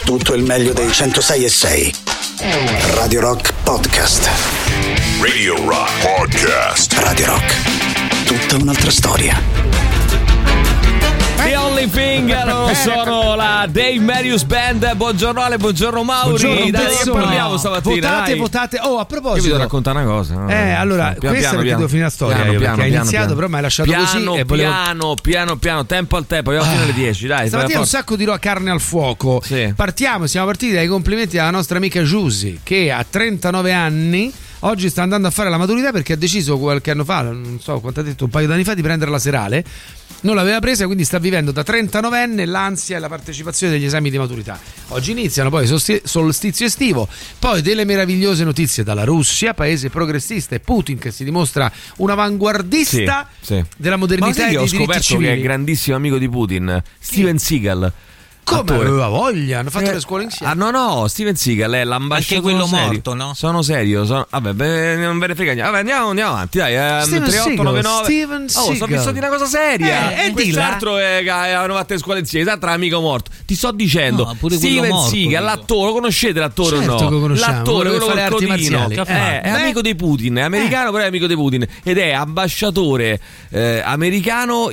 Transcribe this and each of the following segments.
tutto il meglio dei 106.6. Radio Rock Podcast. Radio Rock Podcast. Radio Rock, tutta un'altra storia. The Only Thing, sono la Dave Marius Band. Buongiorno Ale, buongiorno Mauri. Buongiorno, dai, che parliamo stamattina? Votate. Oh, a proposito, io vi devo raccontare una cosa. No? Allora, questa è perché devo finire la storia. Perché hai iniziato, però mi hai lasciato così. E volevo... piano, tempo al tempo. Abbiamo fino alle 10. Dai, stamattina un sacco di carne al fuoco. Sì. Siamo partiti dai complimenti alla nostra amica Giusy, che a 39 anni oggi sta andando a fare la maturità perché ha deciso qualche anno fa, non so quanto ha detto, un paio d'anni fa, di prendere la serale. Non l'aveva presa, quindi sta vivendo da 39enne l'ansia e la partecipazione degli esami di maturità. Oggi iniziano, poi solstizio estivo, poi delle meravigliose notizie dalla Russia, paese progressista, e Putin che si dimostra un avanguardista della modernità e dei diritti civili. Ho scoperto che è grandissimo amico di Putin, Steven Seagal. Come aveva voglia? Hanno fatto le scuole insieme? No, Steven Seagal è l'ambasciatore. Anche quello morto, no? Sono serio. Vabbè, non ve ne frega niente. Vabbè, andiamo avanti, dai. 3899. Steven Seagal. Sto pensando di una cosa seria. E quest'altro hanno fatto le scuole insieme. Esatto, l'amico morto. Ti sto dicendo, Steven Seagal, l'attore, lo conoscete l'attore certo o no? Che conosciamo. L'attore, quello col codino. È amico dei Putin, è americano, però è amico dei Putin. Ed è ambasciatore americano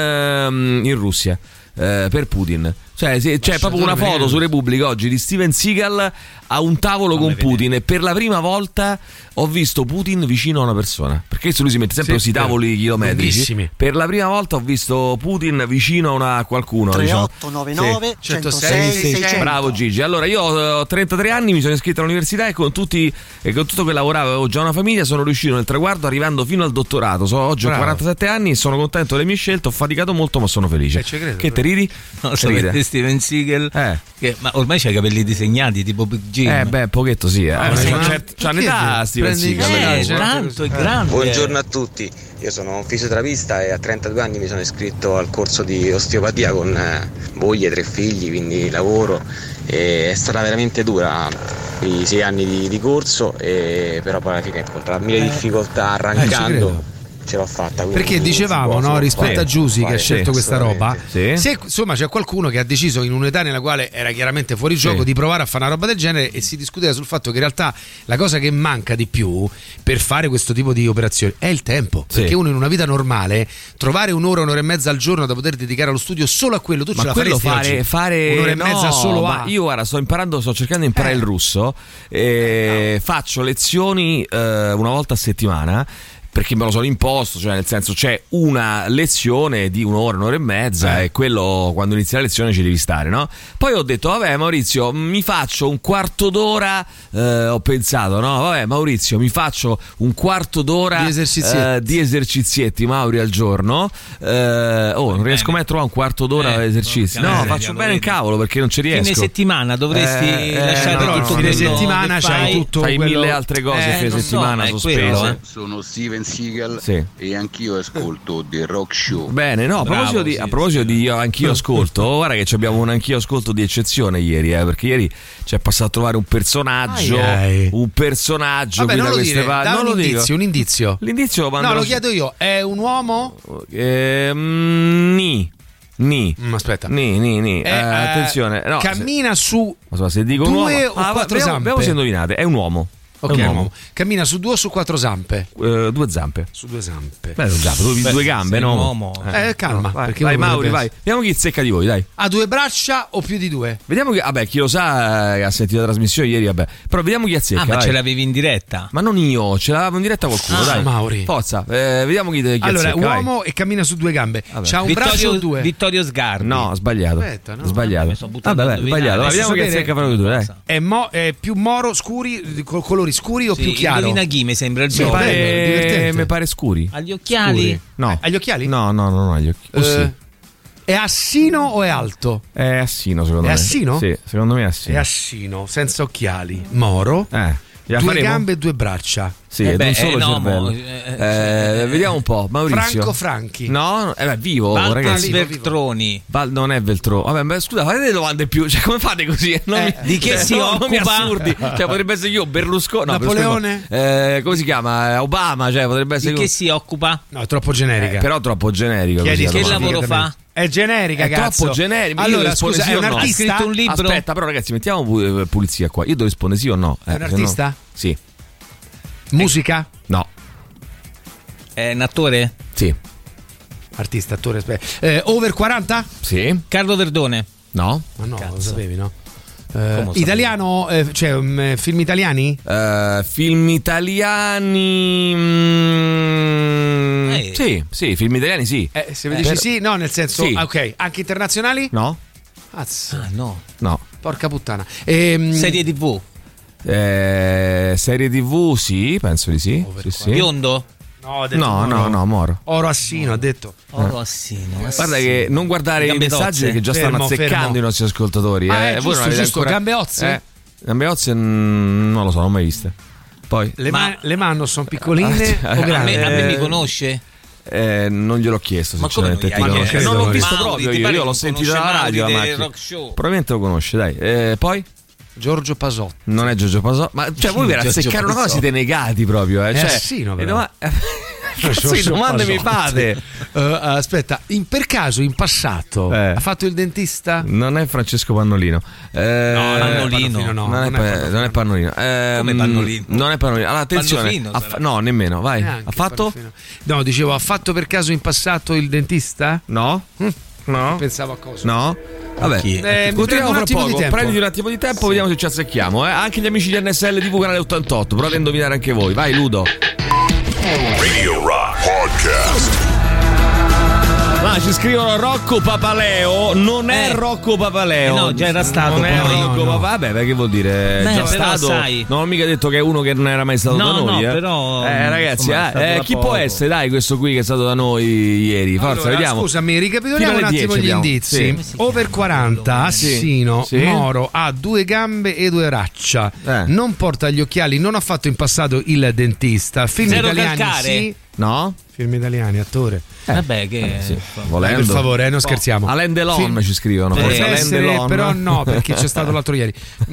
in Russia per Putin. Cioè, c'è proprio una foto su Repubblica oggi di Steven Seagal a un tavolo con Putin, e per la prima volta ho visto Putin vicino a una persona, perché lui si mette sempre questi tavoli chilometrici. Per la prima volta ho visto Putin vicino a qualcuno. 3899 106 600. Bravo Gigi. Allora, io ho 33 anni, mi sono iscritto all'università e con tutto che lavoravo, avevo già una famiglia, sono riuscito nel traguardo arrivando fino al dottorato. Oggi ho 47 anni e sono contento delle mie scelte, ho faticato molto ma sono felice. Che te ridi? No, Steven Seagal, ma ormai c'ha i capelli disegnati tipo Big Jim. Pochetto sì. C'ha un'età Steven Seagal. Tanto è grande. Buongiorno a tutti, io sono un fisioterapista e a 32 anni mi sono iscritto al corso di osteopatia con moglie, 3 figli, quindi lavoro. E è stata veramente dura i 6 anni di corso, però poi alla fine tra mille difficoltà arrancando ce l'ho fatta. Perché dicevamo, no, rispetto a Giusy che ha scelto questa roba, se insomma c'è qualcuno che ha deciso in un'età nella quale era chiaramente fuori gioco di provare a fare una roba del genere, e si discuteva sul fatto che in realtà la cosa che manca di più per fare questo tipo di operazioni è il tempo, perché uno in una vita normale trovare un'ora e mezza al giorno da poter dedicare allo studio solo a quello, tu ce la faresti fare un'ora e mezza solo a... Io ora sto cercando di imparare il russo, faccio lezioni una volta a settimana, perché me lo sono imposto, cioè nel senso c'è una lezione di un'ora e mezza e quello, quando inizia la lezione ci devi stare, no? Poi ho detto, vabbè Maurizio, mi faccio un quarto d'ora, ho pensato, no? Vabbè Maurizio, mi faccio un quarto d'ora di esercizietti, Mauri, al giorno. Non riesco mai a trovare un quarto d'ora di esercizi. No, faccio bene il cavolo perché non ci riesco. Fine settimana dovresti lasciare tutto fine settimana c'hai tutto, fai mille altre cose fine settimana sospese. Sono Steven Seagal e anch'io ascolto The Rock Show. Bene, no, a proposito di io anch'io ascolto, guarda che abbiamo un anch'io ascolto di eccezione ieri, perché ieri ci è passato a trovare un personaggio Vabbè, qui da queste parti. Non lo dico. Un indizio. L'indizio lo chiedo io, è un uomo? Aspetta. Attenzione. No, cammina su se dico due un uomo, o quattro zampe. Vediamo se indovinate, è un uomo. Ok, un uomo. Cammina su 2 o su 4 zampe? 2 zampe. Su 2 zampe. Due gambe, no? Un uomo. Calma. Vai Mauri, vai. Vediamo chi zecca di voi, dai. Ha 2 braccia o più di 2? Vediamo chi lo sa, ha sentito la trasmissione ieri, Però vediamo chi azzecca. Ma ce l'avevi in diretta? Ma non io, ce l'avevamo in diretta qualcuno, dai. Mauri. Forza, vediamo chi azzecca. Allora, uomo e cammina su 2 gambe. C'ha un braccio o 2? Vittorio Sgarbi. No, sbagliato. Aspetta, no. Sbagliato. Sbagliato. Vediamo chi azzecca fra voi due, dai. È più moro, scuri, colori scuri o più chiaro? Indovina chi, mi sembra il gioco. Mi pare scuri. Agli occhiali? No. Agli occhiali? No, agli occhiali. Sì. È assino o è alto? È assino, secondo me. È assino? Sì, secondo me è assino. È assino, senza occhiali, moro, 2 gambe e 2 braccia. Sì, non solo cervello. Vediamo un po', Maurizio. Franco Franchi. No, vivo, ragazzi. Veltroni. Non è Veltroni. Vabbè, scusa, fate delle domande più. Cioè, come fate così? Di che si occupa? Assurdi. Cioè, potrebbe essere io, Berlusconi. No, Napoleone. Come si chiama? Obama. Cioè, potrebbe essere. Di che si occupa? No, è troppo generica. Però troppo generico. Che lavoro fa? È generica, è cazzo. Troppo generica. Allora, scusa, è un artista? Ha scritto un libro? Aspetta, però ragazzi, mettiamo pulizia qua. Io devo rispondere sì o no. È un artista? No... Sì. Musica? No. È un attore? Sì. Artista, attore, over 40? Sì. Carlo Verdone? No. Ma no, Cazzo. lo sapevi, no? Italiano, cioè film italiani? Film italiani. Sì, film italiani sì. Se mi dici sì, no, nel senso. Sì. Ok, anche internazionali? No. Cazzo. No. Porca puttana. Serie TV? Serie TV, sì, penso di sì. Sì. Biondo? No, Moro. Oro Assino, ha detto. Oro Assino. Guarda che non guardare i messaggi perché già stanno azzeccando i nostri ascoltatori. Giusto, gambe ozze? Gambe ozze non lo so, non ho mai viste. Poi le mani sono piccoline o grandi? A me mi conosce? Non gliel'ho chiesto, sinceramente. Non l'ho visto proprio io l'ho sentito dalla radio. Probabilmente lo conosce, dai. Poi? Giorgio Pasotti. Non è Giorgio Pasotti, ma cioè voi per azzeccare una cosa siete negati proprio, Cioè, Assino, però. Che domande mi fate? Aspetta, per caso in passato ha fatto il dentista? Non è Francesco Pannolino. Pannolino non è Pannolino. Come Pannolino? Non è Pannolino. Allora, attenzione. No, nemmeno, vai. Ha fatto? No, dicevo, ha fatto per caso in passato il dentista? No. No. Pensavo a cosa? No. Vabbè, continuiamo fra poco. Prenditi un attimo di tempo, vediamo se ci azzecchiamo. Anche gli amici di NSL TV canale 88. Provate a indovinare anche voi. Vai, Ludo. Radio Rock Podcast. Ci scrivono Rocco Papaleo. Non è Rocco Papaleo. No, già era stato. Non è Rocco Papaleo. Vabbè, che vuol dire? Già stato. Sai. Non ho mica detto che è uno che non era mai stato da noi. No, però. Ragazzi, chi poco. può essere? Dai, questo qui che è stato da noi ieri. Forza, allora, vediamo. Scusami, ricapitoliamo un attimo gli indizi. Sì. Over 40, Assino, Sì. Moro, ha 2 gambe e 2 braccia. Non porta gli occhiali, non ha fatto in passato il dentista. Film Zero italiani, calcare. sì. No? Film italiani, attore. Vabbè, che volendo. Per favore, non scherziamo. Alain Delon ci scrivono. Alain Delon. Però no, perché c'è stato l'altro ieri.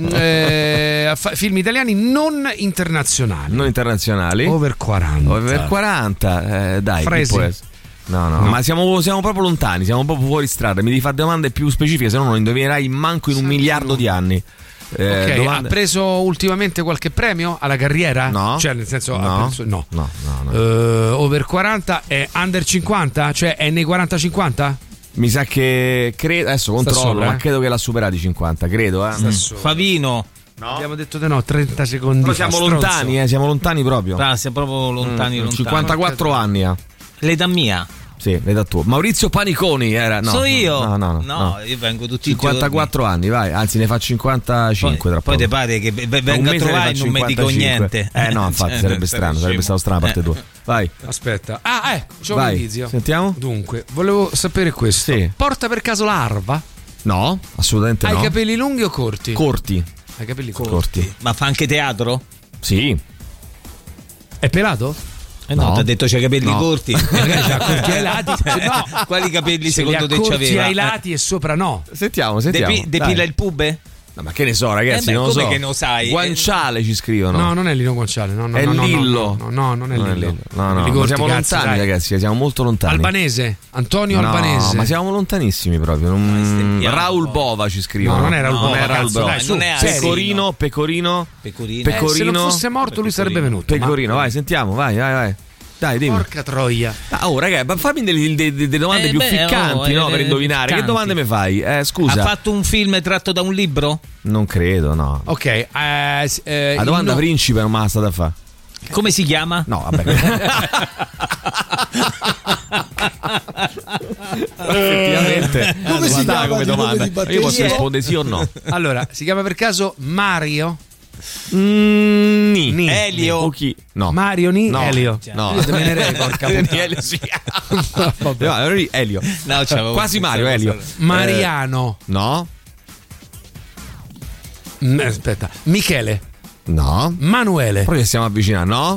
Film italiani non internazionali. Non internazionali. Over 40. Over 40. Dai, chi può essere? No, ma siamo proprio lontani, siamo proprio fuori strada. Mi devi fare domande più specifiche, se no non indovinerai manco in 1 miliardo di anni. Ha preso ultimamente qualche premio alla carriera? No. Cioè, nel senso, no. Over 40 è under 50? Cioè è nei 40-50? Mi sa che adesso controllo, ma credo che l'ha superato i 50, credo. Favino. No. Abbiamo detto di no 30 secondi. Però siamo lontani, siamo lontani proprio. Siamo proprio lontani. 54 anni. L'età mia. Sì, l'età tua. Maurizio Paniconi era. No, so io? No, io vengo tutti 54 i anni, vai. Anzi, ne fa 55 tra poco. Poi te pare che venga a trovare e non mi dico niente. No, infatti, sarebbe strano, sarebbe stato strano da parte tua. Vai. Aspetta. C'è un indizio. Sentiamo. Dunque, volevo sapere questo. Sì. Porta per caso l'arva? No, assolutamente no. Hai i capelli lunghi o corti? Corti. Hai i capelli corti. Ma fa anche teatro? Sì. È pelato? No, ti ha detto c'ha i capelli corti. Magari c'ha corti ai lati. No, quali capelli secondo te c'aveva? Corti ai lati e sopra no. Sentiamo. Depila il pube? No, ma che ne so, ragazzi, non lo so. Come che non sai? Guanciale ci scrivono. No, non è Lino Guanciale. No, è Lillo. No, non è Lillo. No, siamo lontani, ragazzi, siamo molto lontani. Albanese, Antonio Albanese. No, ma siamo lontanissimi proprio. Raul Bova ci scrivono. No, non era Raul Bova. Pecorino. Se non fosse morto lui sarebbe venuto. Pecorino, vai, sentiamo, vai. Dai, dimmi. Porca troia. Raga, fammi delle domande più ficcanti, no, per indovinare. Ficcanti. Che domande mi fai? Scusa. Ha fatto un film tratto da un libro? Non credo, no. Ok. La domanda principe non me la sta da fare. Come si chiama? No, vabbè. Effettivamente. Come si chiama come domanda? Io posso rispondere sì o no. Allora, si chiama per caso Mario? Elio. No. Mario no. Elio. No. Io te porca Elio sì. Elio. No, quasi Mario, Elio. Mariano. No. Aspetta. Michele. No. Manuele. Però che stiamo avvicinando, no?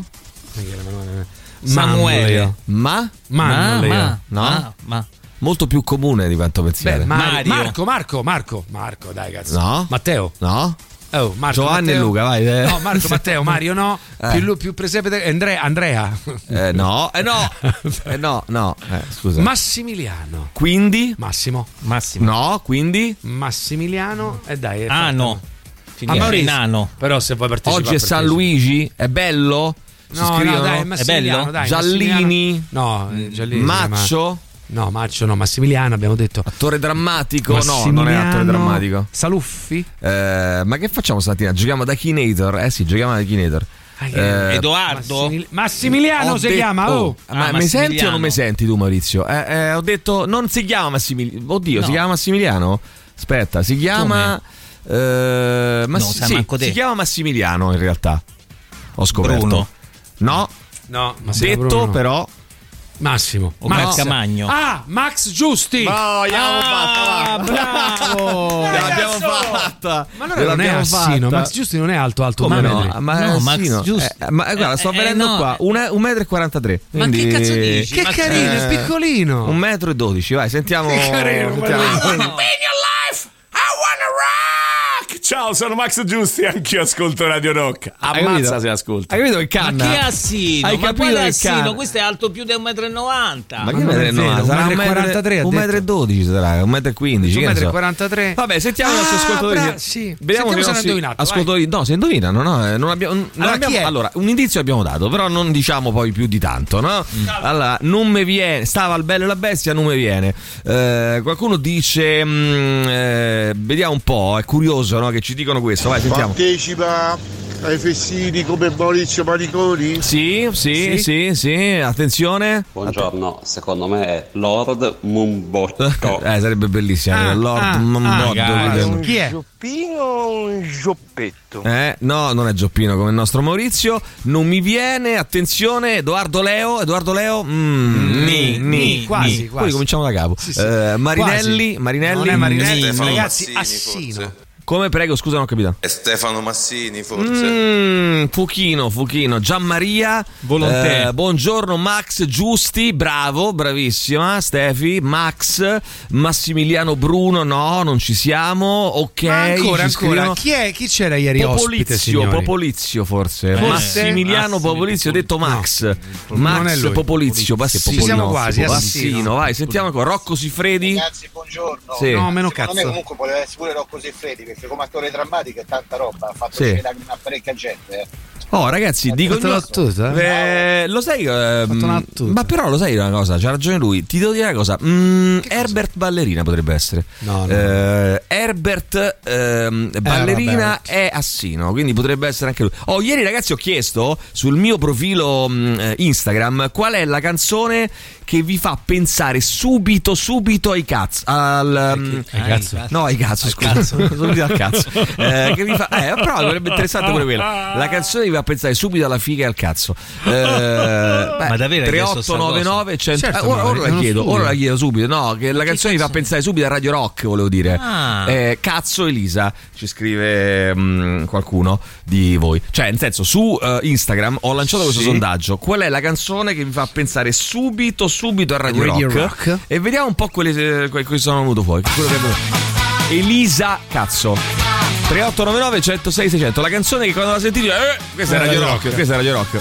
Samuele. Manuele. No. Molto più comune di quanto pensiate. Marco, dai cazzo. No. Matteo. No. Marco, Giovanni Matteo. e Luca, vai. No, Marco, Matteo, Mario no. Più presepe Andrea. No. Scusa. Massimiliano. Quindi? Massimo. No, quindi? Massimiliano. Dai. No. Nano. Però se vuoi partecipare. Oggi è San Luigi, è bello? No, dai, Massimiliano, è bello? dai, Giallini? No, Giallini. Maccio? No, Maccio no, Massimiliano abbiamo detto. Attore drammatico? No, non è attore drammatico. Saluffi? Ma che facciamo stamattina? Giochiamo da Akinator? Sì, giochiamo da Akinator. Edoardo? Massimiliano si chiama. Ma mi senti o non mi senti tu, Maurizio? Ho detto non si chiama Massimiliano. Oddio, si chiama Massimiliano? Aspetta, si chiama si chiama Massimiliano in realtà. Ho scoperto. Bruno. No, detto Bruno. Però Massimo. Max Magno. Max Giusti. L'abbiamo fatta. Bravo. L'abbiamo fatta. Ma allora non è Assino. Max Giusti non è alto. Come no? Max Giusti. Ma guarda, sto venendo qua 1,43 m. Ma che cazzo dici? Che carino, è piccolino. 1,12 m. Vai, sentiamo. Che carino. Ciao, sono Max Giusti, anch'io ascolto Radio Rock. Ammazza se ascolta. Hai capito che canna? Ma che Assino? Hai capito che Assino? Questo è alto più di 1,90 m. Ma che 1,90 m? Sarà 1,43 m sarà, 1,15 m. 1,43 m. Vabbè, sentiamo i nostri ascoltatori. Sì. Vediamo se hanno indovinato. No, se indovinano, non abbiamo. Allora, un indizio abbiamo dato, però non diciamo poi più di tanto, no? Allora, non mi viene. Stava il bello e la bestia, non mi viene. Qualcuno dice. Vediamo un po', è curioso, no? Che ci dicono questo, vai, sentiamo. Partecipa ai festini come Maurizio Maniconi? Sì, attenzione. Buongiorno, secondo me è Lord Mumbotto. Sarebbe bellissimo. Lord Mumbotto. Chi è? Gioppino o un Gioppetto? No, non è Gioppino come il nostro Maurizio. Non mi viene, attenzione, Edoardo Leo. Quasi. Poi cominciamo da capo. Sì. Marinelli. Non è Marinelli, ragazzi, Massini, Assino. Come, prego, scusa, non ho capito. È Stefano Massini, forse. Fuchino. Gianmaria. Volontè. Buongiorno, Max Giusti. Bravo, bravissima. Stefi. Max. Massimiliano Bruno. No, non ci siamo. Ok. Ma ancora. Chi c'era ieri ospite, signori? Popolizio, forse. Massimiliano Popolizio, detto Max. No. Max Popolizio. Ci siamo quasi. Assino. Vai, sentiamo ancora. Rocco Siffredi. Ragazzi, buongiorno. Sì. No, meno Secondo cazzo. me comunque poteva essere pure Rocco Siffredi, perché come attore drammatico è tanta roba, ha fatto una parecchia gente. Oh, ragazzi, dico lo sai, ma però lo sai una cosa, c'ha ragione lui. Ti devo dire una cosa. Herbert Ballerina potrebbe essere. No. Herbert Ballerina è Assino, quindi potrebbe essere anche lui. Ieri, ragazzi, ho chiesto sul mio profilo Instagram qual è la canzone che vi fa pensare subito ai cazzo. Ai cazzo, scusa. Subito al cazzo. Che vi fa, però dovrebbe interessante pure quella. La canzone vi fa pensare subito alla figa e al cazzo. Ma davvero 3899 100. Ora la chiedo subito. No, che la canzone vi fa pensare subito a Radio Rock, volevo dire. Cazzo Elisa, ci scrive qualcuno di voi. Cioè, nel senso, su Instagram ho lanciato questo sondaggio. Qual è la canzone che vi fa pensare subito a Radio Rock? E vediamo un po' quelle che sono venuto fuori. Elisa Cazzo. 3899 106 600. La canzone che quando la sentite questa è Radio Rock. Questa è Radio Rock.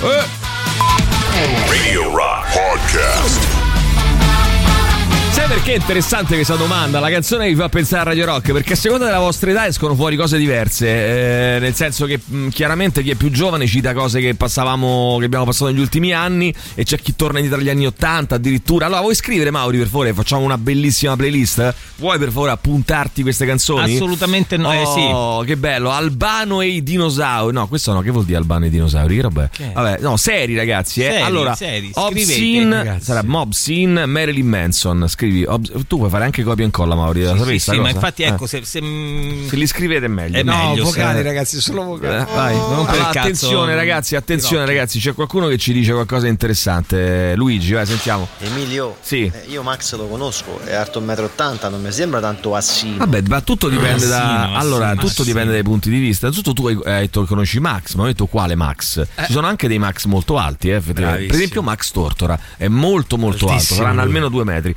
Radio Rock Podcast. Sai perché è interessante questa domanda? La canzone che vi fa pensare a Radio Rock? Perché a seconda della vostra età escono fuori cose diverse, nel senso che chiaramente chi è più giovane cita cose che abbiamo passato negli ultimi anni, e c'è chi torna indietro agli anni 80 addirittura. Allora vuoi scrivere, Mauri, per favore? Facciamo una bellissima playlist? Vuoi per favore appuntarti queste canzoni? Assolutamente no. Oh, che bello. Albano e i dinosauri. No, questo no, che vuol dire Albano e i dinosauri? Che roba è? Vabbè, no, seri, ragazzi. Allora, scrivete, sarà Mob Scene, Marilyn Manson. Tu puoi fare anche copia e incolla, Mauri. Sì, ma infatti ecco, se li scrivete è meglio. No, vocali, ragazzi, solo vocali. Vai. Attenzione, ragazzi, c'è qualcuno che ci dice qualcosa di interessante. Luigi, vai, sentiamo. Emilio, sì. Io Max lo conosco, è alto 1,80 m, non mi sembra tanto Assino. Vabbè, ma tutto dipende dipende dai punti di vista. Innanzitutto tu hai detto che conosci Max, ma ho detto quale Max? Ci sono anche dei Max molto alti, effettivamente. Per esempio Max Tortora è molto alto, saranno almeno 2 metri. No, di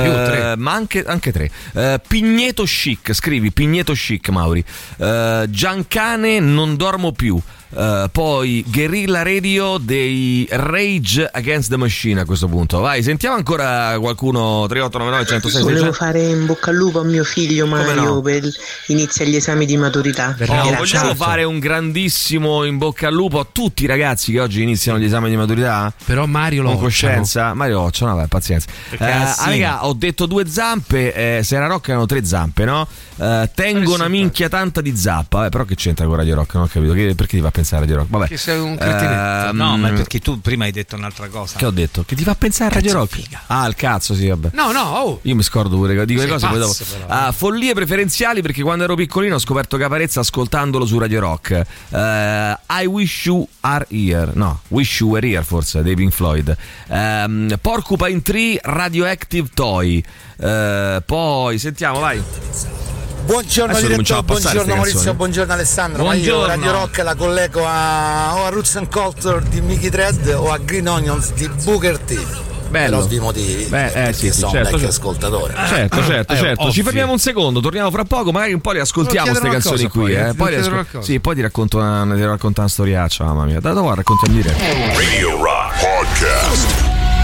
ma anche 3. Pigneto Chic, scrivi Pigneto Chic, Mauri. Giancane, non dormo più. Poi Guerrilla Radio dei Rage Against the Machine. A questo punto vai, sentiamo ancora qualcuno. 3899 106 Volevo fare in bocca al lupo a mio figlio Mario per inizia gli esami di maturità. Vogliamo fare un grandissimo in bocca al lupo a tutti i ragazzi che oggi iniziano gli esami di maturità. Però Mario lo con coscienza. Mario Occia, no, pazienza. Raga, ho detto 2 zampe, se era Rock erano 3 zampe, no? Tengo una minchia tanta di zappa. Però che c'entra con Radio Rock? Non ho capito. Perché ti fa pensare a Radio Rock? Vabbè. Che sei un cretinetto. No, ma perché tu prima hai detto un'altra cosa. Che ho detto? Che ti fa pensare a Radio Rock? Figa. Ah, il cazzo, sì, vabbè. No. Io mi scordo pure di quelle cose. Pazzo, poi dopo. Follie preferenziali, perché quando ero piccolino ho scoperto Caparezza ascoltandolo su Radio Rock. I Wish You Are Here. No, Wish You Were Here, forse, dei Pink Floyd. Porcupine Tree, Radioactive Toy. Poi sentiamo, vai. Buongiorno direttore, buongiorno Maurizio, buongiorno Alessandro. Buongiorno. Ma io Radio Rock la collego a Roots and Culture di Mickey Dread o a Green Onions di Booker T. Per ovvi motivi. Sì, sono certo, vecchio ascoltatore. Certo. Ci fermiamo un secondo, torniamo fra poco, magari un po' le ascoltiamo queste canzoni qui. Poi ti racconto una storiaccia, mamma mia. Dopo raccontiamo in diretta. Radio Rock Podcast.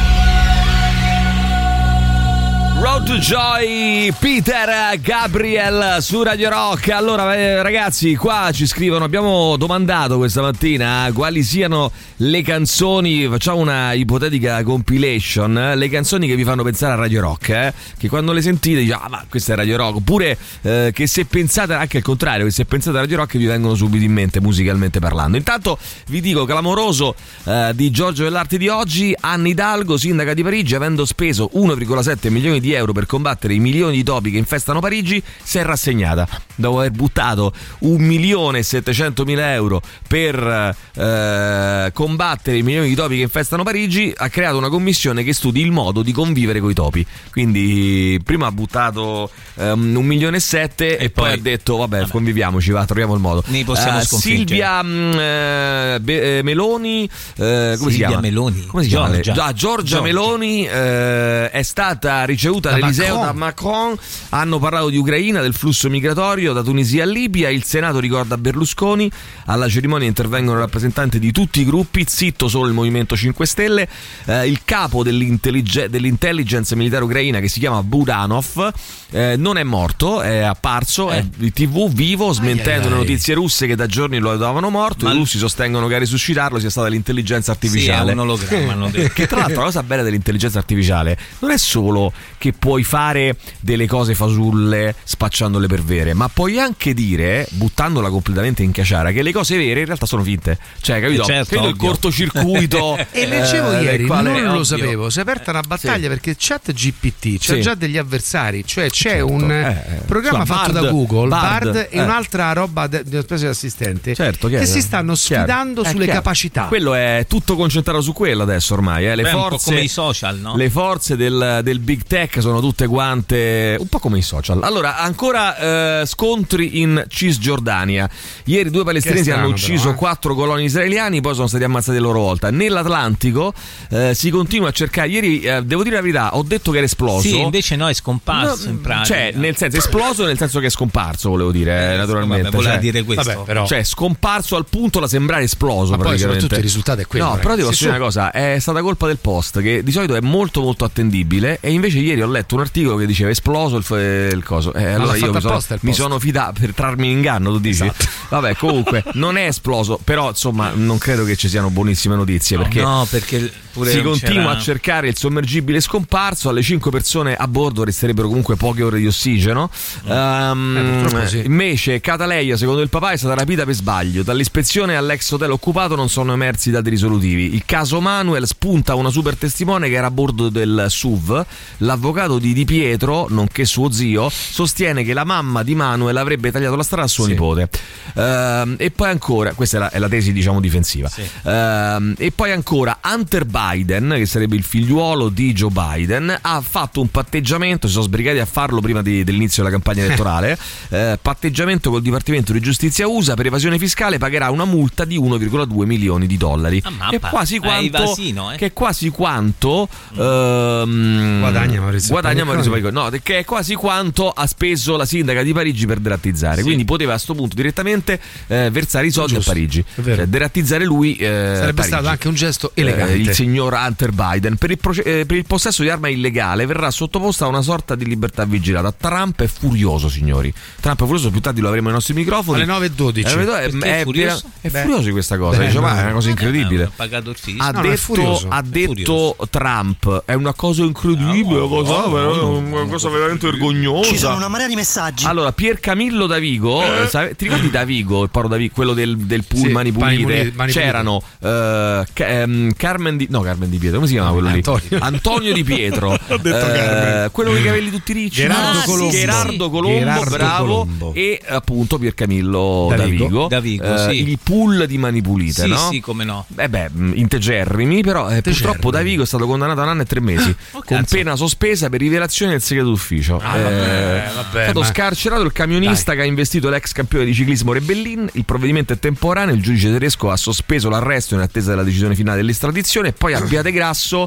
Road to Joy, Peter Gabriel su Radio Rock. Allora ragazzi, qua ci scrivono, abbiamo domandato questa mattina quali siano le canzoni, facciamo una ipotetica compilation, le canzoni che vi fanno pensare a Radio Rock, che quando le sentite dite ma questa è Radio Rock, oppure che se pensate, anche al contrario, che se pensate a Radio Rock vi vengono subito in mente musicalmente parlando. Intanto vi dico clamoroso di Giorgio Dell'Arte di oggi. Anne Hidalgo, sindaca di Parigi, avendo speso 1,7 milioni di euro per combattere i milioni di topi che infestano Parigi, si è rassegnata dopo aver buttato 1.700.000 euro per combattere i milioni di topi che infestano Parigi. Ha creato una commissione che studi il modo di convivere coi topi. Quindi prima ha buttato 1,7 milioni e poi ha detto vabbè, conviviamoci, troviamo il modo. Ne possiamo Silvia Meloni, come si chiama? Meloni. Come si chiama? Giorgia Meloni è stata ricevuta all'Eliseo da Macron. Hanno parlato di Ucraina, del flusso migratorio da Tunisia a Libia. Il Senato ricorda Berlusconi. Alla cerimonia intervengono rappresentanti di tutti i gruppi, zitto solo il Movimento 5 Stelle. Il capo dell'intelligence militare ucraina, che si chiama Budanov, non è morto, è apparso è in TV vivo, smentendo le notizie russe che da giorni lo davano morto. I russi sostengono che a risuscitarlo sia stata l'intelligenza artificiale. Sì, è un ologramma, hanno detto. Che tra l'altro la cosa bella dell'intelligenza artificiale non è solo che puoi fare delle cose fasulle spacciandole per vere, ma puoi anche dire, buttandola completamente in caciara, che le cose vere in realtà sono finte. Cioè, capito? Certo, il cortocircuito. E leggevo ieri, non lo sapevo, si è aperta una battaglia perché ChatGPT c'ha già degli avversari, cioè c'è un programma fatto da Google, Bard e un'altra roba di una specie di assistente, che si stanno sfidando sulle capacità. Quello è tutto concentrato su quello adesso ormai. Le forze, un po' come i social, no? Le forze del big tech sono tutte quante un po' come i social. Allora, ancora scontri in Cisgiordania. Ieri 2 palestinesi hanno ucciso 4 coloni israeliani, poi sono stati ammazzati a loro volta. Nell'Atlantico si continua a cercare. Ieri, devo dire la verità, ho detto che era esploso. Sì, invece no, è scomparso in pratica. Cioè, nel senso, esploso nel senso che è scomparso, volevo dire, naturalmente. Vabbè, voleva dire questo. Vabbè, però. Cioè, scomparso al punto da sembrare esploso. Ma poi soprattutto il risultato è quello. No, però ti posso dire una cosa, è stata colpa del Post, che di solito è molto molto attendibile, e invece ieri ho letto un articolo che diceva esploso il coso. Allora io mi sono fidato per trarmi in inganno, tu dici? Esatto. Vabbè, comunque non è esploso, però insomma non credo che ci siano buonissime notizie, perché pure si continua a cercare il sommergibile scomparso. Alle 5 persone a bordo resterebbero comunque poche ore di ossigeno. Invece Cataleia, secondo il papà, è stata rapita per sbaglio. Dall'ispezione all'ex hotel occupato non sono emersi dati risolutivi. Il caso Manuel spunta una super testimone che era a bordo del SUV. L'avvocato di Di Pietro, nonché suo zio, sostiene che la mamma di Manuel avrebbe tagliato la strada a suo nipote. E poi ancora, questa è la tesi diciamo difensiva, sì. E poi ancora Hunter Biden, che sarebbe il figliuolo di Joe Biden, ha fatto un patteggiamento, si sono sbrigati a farlo prima dell'inizio della campagna elettorale, patteggiamento col Dipartimento di Giustizia USA per evasione fiscale, pagherà una multa di 1,2 milioni di dollari, che è quasi quanto, che è quasi quanto guadagna Maurizio Paniconi. No, che è quasi quanto ha speso la sindaca di Parigi per derattizzare, sì. Quindi poteva a sto punto direttamente versare i soldi a Parigi, cioè derattizzare lui. Sarebbe Parigi. Stato anche un gesto elegante. Il signor Hunter Biden per il possesso di arma illegale verrà sottoposta a una sorta di libertà vigilata. Trump è furioso, signori. Trump è furioso, più tardi lo avremo ai nostri microfoni alle 9:12. È furioso di questa cosa. Dice, ma è una cosa incredibile. Ha detto Trump, è una cosa incredibile, una cosa veramente vergognosa. Ci sono una marea di messaggi. Allora, Pier Camillo Davigo, ti ricordi Davigo, il paro Davigo, quello del pullman pulite? C'erano Carmen Di Pietro, come si chiama quello lì? Antonio Di Pietro, quello con i capelli tutti ricci, Gerardo Colombo, bravo, e appunto Pier Camillo Davigo, sì. Il pool di Mani Pulite, sì, no? Sì, come no. Integerrimi, però purtroppo Davigo è stato condannato a 1 anno e 3 mesi con pena sospesa per rivelazione del segreto d'ufficio. È stato scarcerato il camionista che ha investito l'ex campione di ciclismo Rebellin. Il provvedimento è temporaneo, il giudice tedesco ha sospeso l'arresto in attesa della decisione finale dell'estradizione. E poi Abbiate Grasso,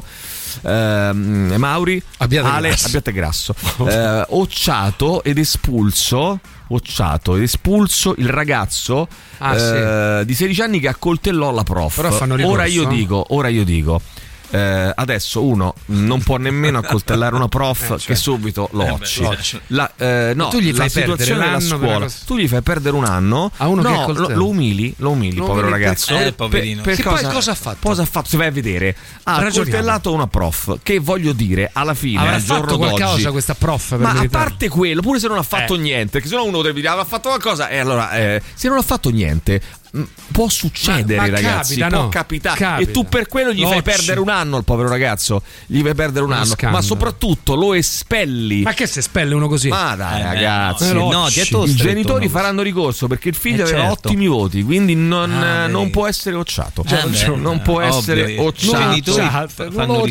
Mauri, Abbiate Grasso, occiato ed espulso il ragazzo di 16 anni che accoltellò la prof. Però fanno ricorso. Ora io dico adesso uno non può nemmeno accoltellare una prof che subito lo occi. Tu gli fai perdere l'anno scuola. Tu gli fai perdere un anno a uno che lo umili, povero ragazzo. Poverino. Per poi cosa ha fatto? Cosa ha fatto? Si vai a vedere. Ha accoltellato una prof che, voglio dire, alla fine avrà al giorno fatto qualcosa d'oggi, questa prof, per ma verità. a parte quello, pure se non ha fatto niente, perché se no uno potrebbe dire ha fatto qualcosa, e allora se non ha fatto niente può succedere, ma ragazzi, può capitare. E tu per quello gli fai perdere un anno al povero ragazzo, gli fai perdere un anno, ma soprattutto lo espelli. Ma che se espelle uno così? Ma dai, ragazzi, i genitori faranno ricorso perché il figlio aveva ottimi voti, quindi non può essere occiato. Non può essere occiato.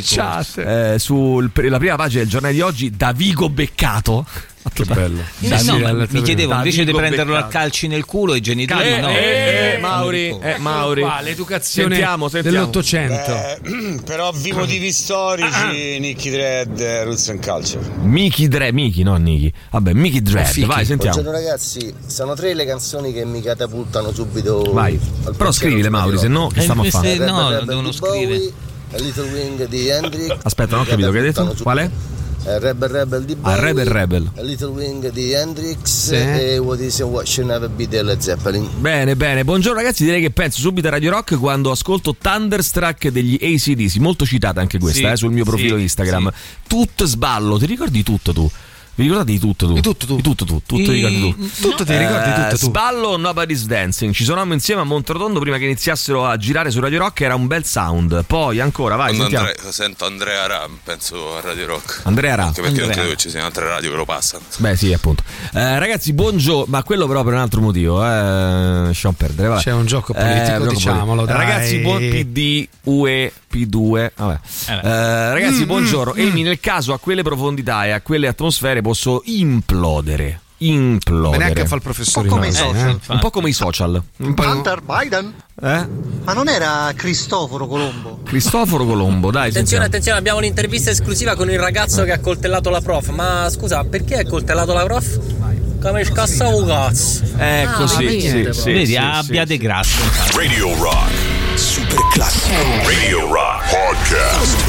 Sulla prima pagina del giornale di oggi, Davigo beccato. Che bello. Mi chiedevo, invece di prenderlo a calci nel culo, i genitori Mauri, l'educazione sentiamo. dell'800. Però vivo di storici, Nicky Dread, Roots and Culture. Mickey, no Nicky. Vabbè, Mickey Dread, vai, sentiamo. Buongiorno ragazzi, sono 3 le canzoni che mi catapultano subito. Vai. Però scrivile, Mauri, se no che stiamo a fare? No, devono scrivere. A Little Wing di Hendrix. Aspetta, non ho capito che hai detto. Qual è? Rebel di Bowie, Rebel. A Little Wing di Hendrix, e What Is and What Should Never Be di Led Zeppelin. Bene, buongiorno ragazzi, direi che penso subito a Radio Rock quando ascolto Thunderstruck degli AC/DC, molto citata anche questa sul mio profilo Instagram. Tutto sballo, ti ricordi tutto tu? Vi ricordate di tutto tu? Tutto ti ricordi tu? Tutto ti ricordi tutto tu? Sballo, Nobody's Dancing. Ci suonammo insieme a Monterotondo prima che iniziassero a girare su Radio Rock, era un bel sound. Poi ancora, vai, sentiamo. Sento Andrea Ram, penso a Radio Rock. Andrea Ram. Anche perché non credo che ci siano altre radio che lo passano. Beh sì, appunto. Ragazzi, buongiorno, ma quello però per un altro motivo, lasciamo perdere, vabbè. C'è un gioco politico, diciamolo, dai. Ragazzi, buon PD, UE, P2, vabbè. Ragazzi, buongiorno. Emi, nel caso a quelle profondità e a quelle atmosfere posso implodere. Neanche a fare il professore. Un po' come i social. Hunter Biden? Ma non era Cristoforo Colombo? Dai, attenzione, abbiamo l'intervista esclusiva con il ragazzo che ha coltellato la prof. Ma scusa, perché ha coltellato la prof? Come scassavo cazzo. Così, vedi, Abbiate Grasso. Radio Rock Super classico. Radio Rock Podcast.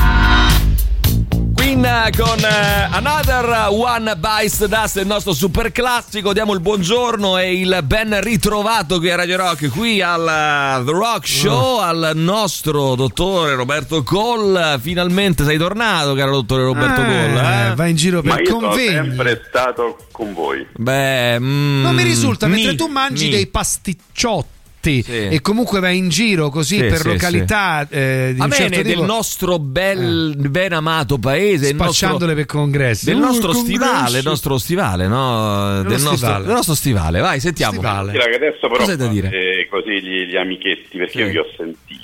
Con Another One Bites the Dust, il nostro super classico. Diamo il buongiorno e il ben ritrovato qui a Radio Rock, qui al The Rock Show, al nostro dottore Roberto Coll. Finalmente sei tornato, caro dottore Roberto Coll. Vai in giro per convegni. Sono sempre stato con voi. Beh, non mi risulta, mentre tu mangi dei pasticciotti party e comunque vai in giro così per località di un certo tipo, del nostro ben amato paese, spacciandole per congressi, del nostro stivale, no? Del nostro stivale. Vai, sentiamo. Che adesso però così gli amichetti, perché io vi ho sentiti.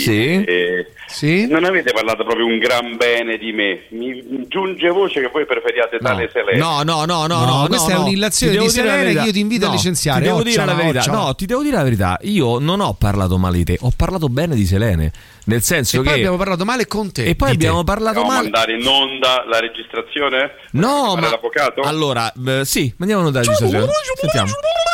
Non avete parlato proprio un gran bene di me. Mi giunge voce che voi preferiate tale Selene. No, questa è un'illazione di Selene che io ti invito a licenziare. Ti devo dire la verità. No, ti devo dire la verità. Io non ho parlato male di te, ho parlato bene di Selene. Nel senso che poi abbiamo parlato male con te. E poi abbiamo parlato male. Mandare in onda la registrazione? No, ma l'avvocato? Allora, sì, mandiamo in onda la registrazione. Sentiamo.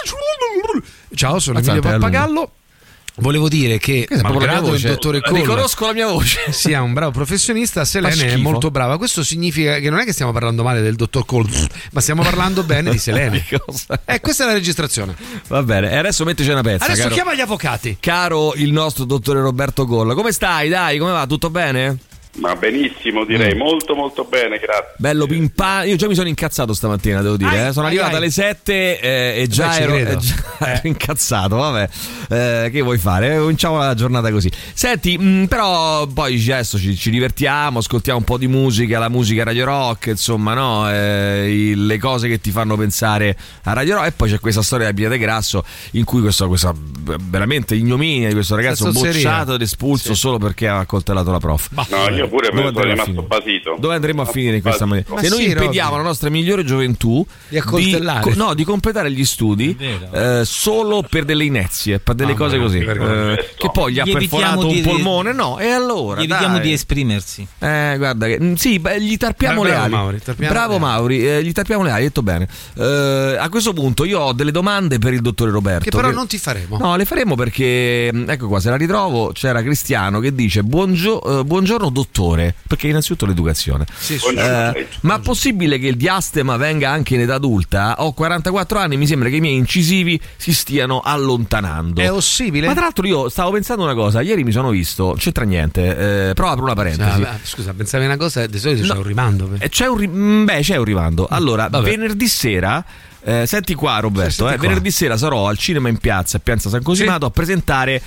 Ciao, sono Emilio Pappagallo. Volevo dire che malgrado il dottore Cole riconosco la mia voce sia un bravo professionista, Selene è molto brava. Questo significa che non è che stiamo parlando male del dottor Cole, ma stiamo parlando bene di Selene. Questa è la registrazione. Va bene, e adesso metteci una pezza. Adesso chiama gli avvocati. Caro il nostro dottore Roberto Colla, come stai? Dai, come va? Tutto bene? Ma benissimo, direi molto molto bene, grazie. Bello pimpa. Io già mi sono incazzato stamattina, devo dire. Sono arrivato alle 7 e già ero incazzato. Vabbè, che vuoi fare? Cominciamo la giornata così. Senti, però poi adesso ci divertiamo, ascoltiamo un po' di musica, la musica Radio Rock, insomma, no? Le cose che ti fanno pensare a Radio Rock. E poi c'è questa storia di Abbiate Grasso in cui questa veramente ignominia di questo ragazzo bocciato ed espulso solo perché ha accoltellato la prof. No, io pure sono rimasto basito. Dove andremo a finire in questa maniera? Se noi impediamo alla nostra migliore gioventù di accoltellare, di completare gli studi solo per delle inezie, per delle cose così, che poi gli ha perforato un polmone, e allora gli evitiamo di esprimersi. Guarda che gli tarpiamo le ali. Bravo Mauri, gli tarpiamo le ali, hai detto bene. A questo punto io ho delle domande per il dottore Roberto che però non ti faremo. No, le faremo perché ecco qua, se la ritrovo, c'era Cristiano che dice buongiorno dottore, perché innanzitutto l'educazione. Ma è possibile che il diastema venga anche in età adulta? Ho 44 anni, mi sembra che i miei incisivi si stiano allontanando. È possibile? Ma tra l'altro io stavo pensando una cosa, ieri mi sono visto, c'entra niente, però apro una parentesi. Scusa, pensavi una cosa, di solito c'è un rimando. C'è un rimando. Allora, venerdì sera senti qua Roberto, venerdì sera sarò al cinema in piazza San Cosimato a presentare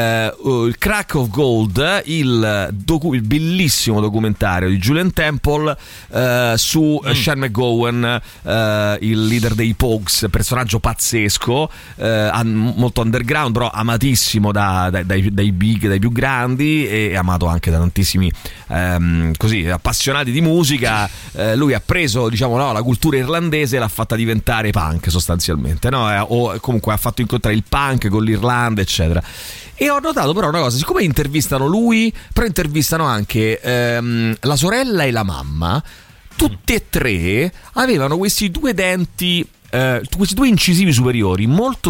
il Crack of Gold, il bellissimo documentario di Julian Temple su Sean McGowan, il leader dei Pogues, personaggio pazzesco, molto underground però amatissimo dai big, dai più grandi, e amato anche da tantissimi così appassionati di musica. Lui ha preso la cultura irlandese e l'ha fatta diventare punk sostanzialmente, o comunque ha fatto incontrare il punk con l'Irlanda, eccetera. E ho notato però una cosa, siccome intervistano lui, però intervistano anche la sorella e la mamma, tutte e tre avevano questi due denti, questi due incisivi superiori molto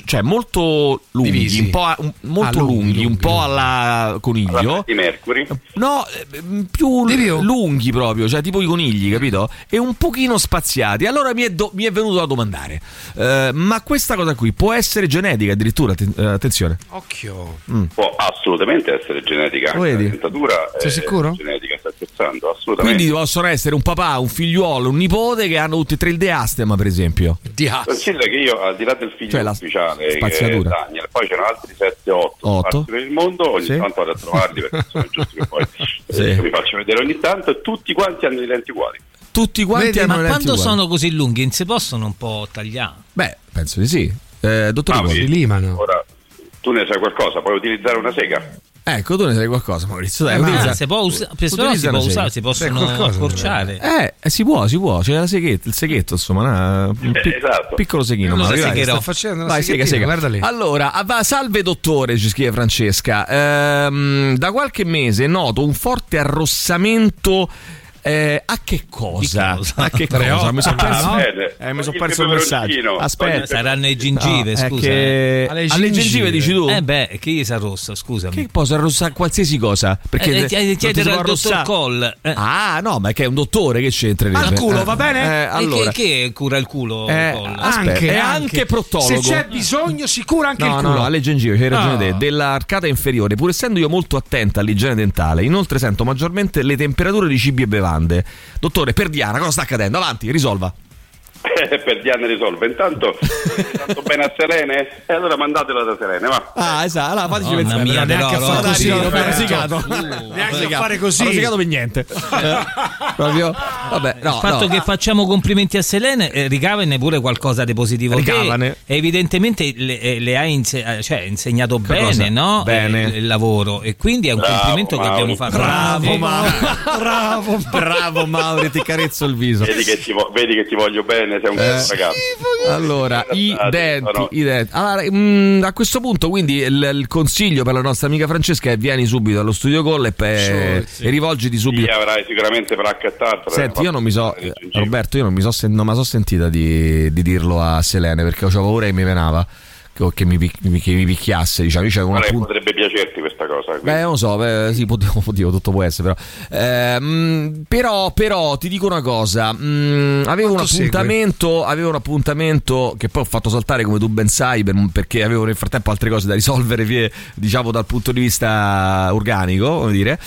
molto lunghi, divisi. Lunghi, un po' alla coniglio, di Mercury. No, più lunghi proprio, cioè tipo i conigli, capito? E un pochino spaziati. Allora mi è venuto da domandare, ma questa cosa qui può essere genetica addirittura? Attenzione. Occhio. Può assolutamente essere genetica. La dentatura sei sicuro? Genetica, stai scherzando? Assolutamente. Quindi possono essere un papà, un figliuolo, un nipote che hanno tutti e tre il diastema, per esempio. Considera che io, al di là del figlio ufficiale, che è Daniel, poi c'erano altri 7-8 per il mondo, ogni tanto vado a trovarli perché sono giusto che poi mi faccio vedere ogni tanto, e tutti quanti hanno i denti uguali. Tutti quanti hanno ma lenti quando uguali. Sono così lunghi non si possono un po' tagliare? Beh, penso di sì. Dottore si limano. Ora, tu ne sai qualcosa, puoi utilizzare una sega. Ecco, tu ne sai qualcosa, Maurizio. Si può usare, si possono accorciare. Si può, c'è il seghetto, insomma, esatto. Piccolo seghino. Sto facendo una sega. Guarda lì. Allora, salve dottore, ci scrive Francesca. Da qualche mese noto un forte arrossamento. A che cosa? A che cosa? Mi sono perso il messaggio. Aspetta, saranno le gengive, scusa. Alle gengive dici tu? Che gli si arrossa, scusami. Che possa arrossare qualsiasi cosa? Perché chiedere al dottor Cole. No, ma che è un dottore, che c'entra? Al culo, va bene? Allora. Che cura il culo? Anche prottologo. Se c'è bisogno si cura anche il culo. No, alle gengive, c'hai ragione te. Dell'arcata inferiore, pur essendo io molto attenta all'igiene dentale, inoltre sento maggiormente le temperature di cibi e bevande. Dottore, per Diana cosa sta accadendo? Avanti, risolva. per Diana risolve. Intanto tanto bene a Selene, e allora mandatelo da Selene, va. Ah, esatto, allora fateci pensare. Neanche a fare così, neanche a fare così. Non rosicato per niente. Proprio vabbè, no, il fatto che facciamo complimenti a Selene, ricavane pure qualcosa di positivo. Ricavane. Evidentemente le ha insegnato bene, no? Bene il lavoro, e quindi è un complimento che abbiamo fatto. Bravo Mauri, ti carezzo il viso. Vedi che ti voglio bene, sei un ragazzo. Allora, i denti. Allora, a questo punto, quindi il consiglio per la nostra amica Francesca è: vieni subito allo studio Call e rivolgiti subito. Sì, avrai sicuramente per accattare. Senti, io non mi so, Roberto, non mi so sentita di dirlo a Selene, perché avevo paura che mi venava, che mi picchiasse, diciamo. Potrebbe piacerti questa cosa. Quindi. Non lo so, sì, oddio, tutto può essere, però ti dico una cosa, avevo un appuntamento che poi ho fatto saltare, come tu ben sai, perché avevo nel frattempo altre cose da risolvere, diciamo dal punto di vista organico, come dire.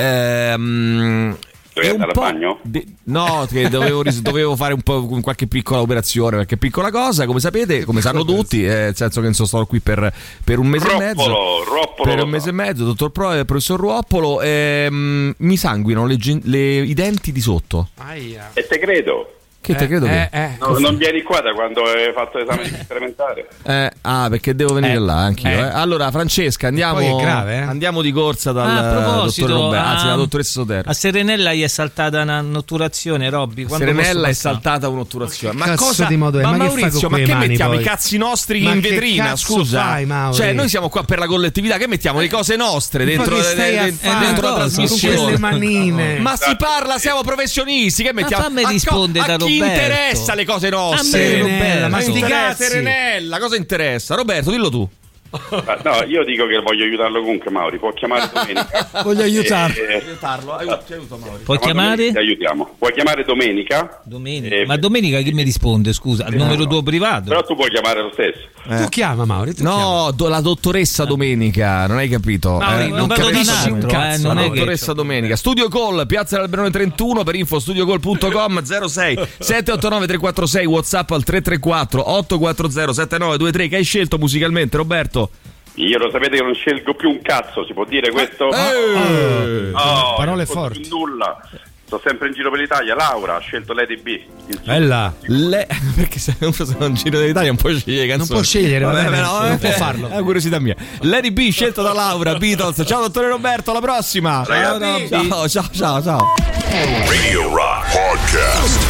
Devi andare al bagno? No, che dovevo fare un po' qualche piccola operazione, qualche piccola cosa, come sapete, come sanno tutti, nel senso che sto qui per un mese e mezzo. Per un mese e mezzo, dottor professor Ruoppolo, mi sanguinano i denti di sotto. E te credo. Che te credo che non vieni qua da quando hai fatto l'esame sperimentare. Perché devo venire là anch'io. Allora, Francesca, andiamo. Poi è grave, andiamo di corsa dal dottor Roberto, anzi la dottoressa Soter. A Serenella gli è saltata una Robby. Serenella è saltata un'otturazione. Ma cosa di modo è? Ma Maurizio, ma che mettiamo poi? I cazzi nostri in vetrina? Scusa, cioè noi siamo qua per la collettività, che mettiamo le cose nostre dentro la trasmissione? Ma si parla, siamo professionisti, che mettiamo? Fammi rispondere da Roberto. Chi interessa le cose nostre? Roberto, ma sti cazzi. Serenella, cosa interessa? Roberto, dillo tu. No, io dico che voglio aiutarlo comunque, Mauri. Può chiamare domenica. Voglio aiutarlo. Aiuto, Mauri. Puoi chiamare? Ti aiutiamo. Puoi chiamare domenica. Ma domenica chi mi risponde? Scusa, al numero tuo privato. Però tu puoi chiamare lo stesso. Tu chiama, Mauri. La dottoressa Domenica, non hai capito? Mauri, non capisci un cazzo. La dottoressa Domenica. Studio Call, Piazza dell'Alberone 31, per info studiocall.com, 06 789 346, WhatsApp al 334 840 7923. Che hai scelto musicalmente, Roberto? Io lo sapete che non scelgo più un cazzo, si può dire questo? Parole forti. Più nulla. Sto sempre in giro per l'Italia. Laura ha scelto Lady B. Bella. Perché se uno sta in giro dell'Italia non può scegliere canzoni. Non può scegliere, non può farlo. È una curiosità mia. Lady B scelto da Laura, Beatles. Ciao dottore Roberto, alla prossima. Ciao. Radio Rock Podcast.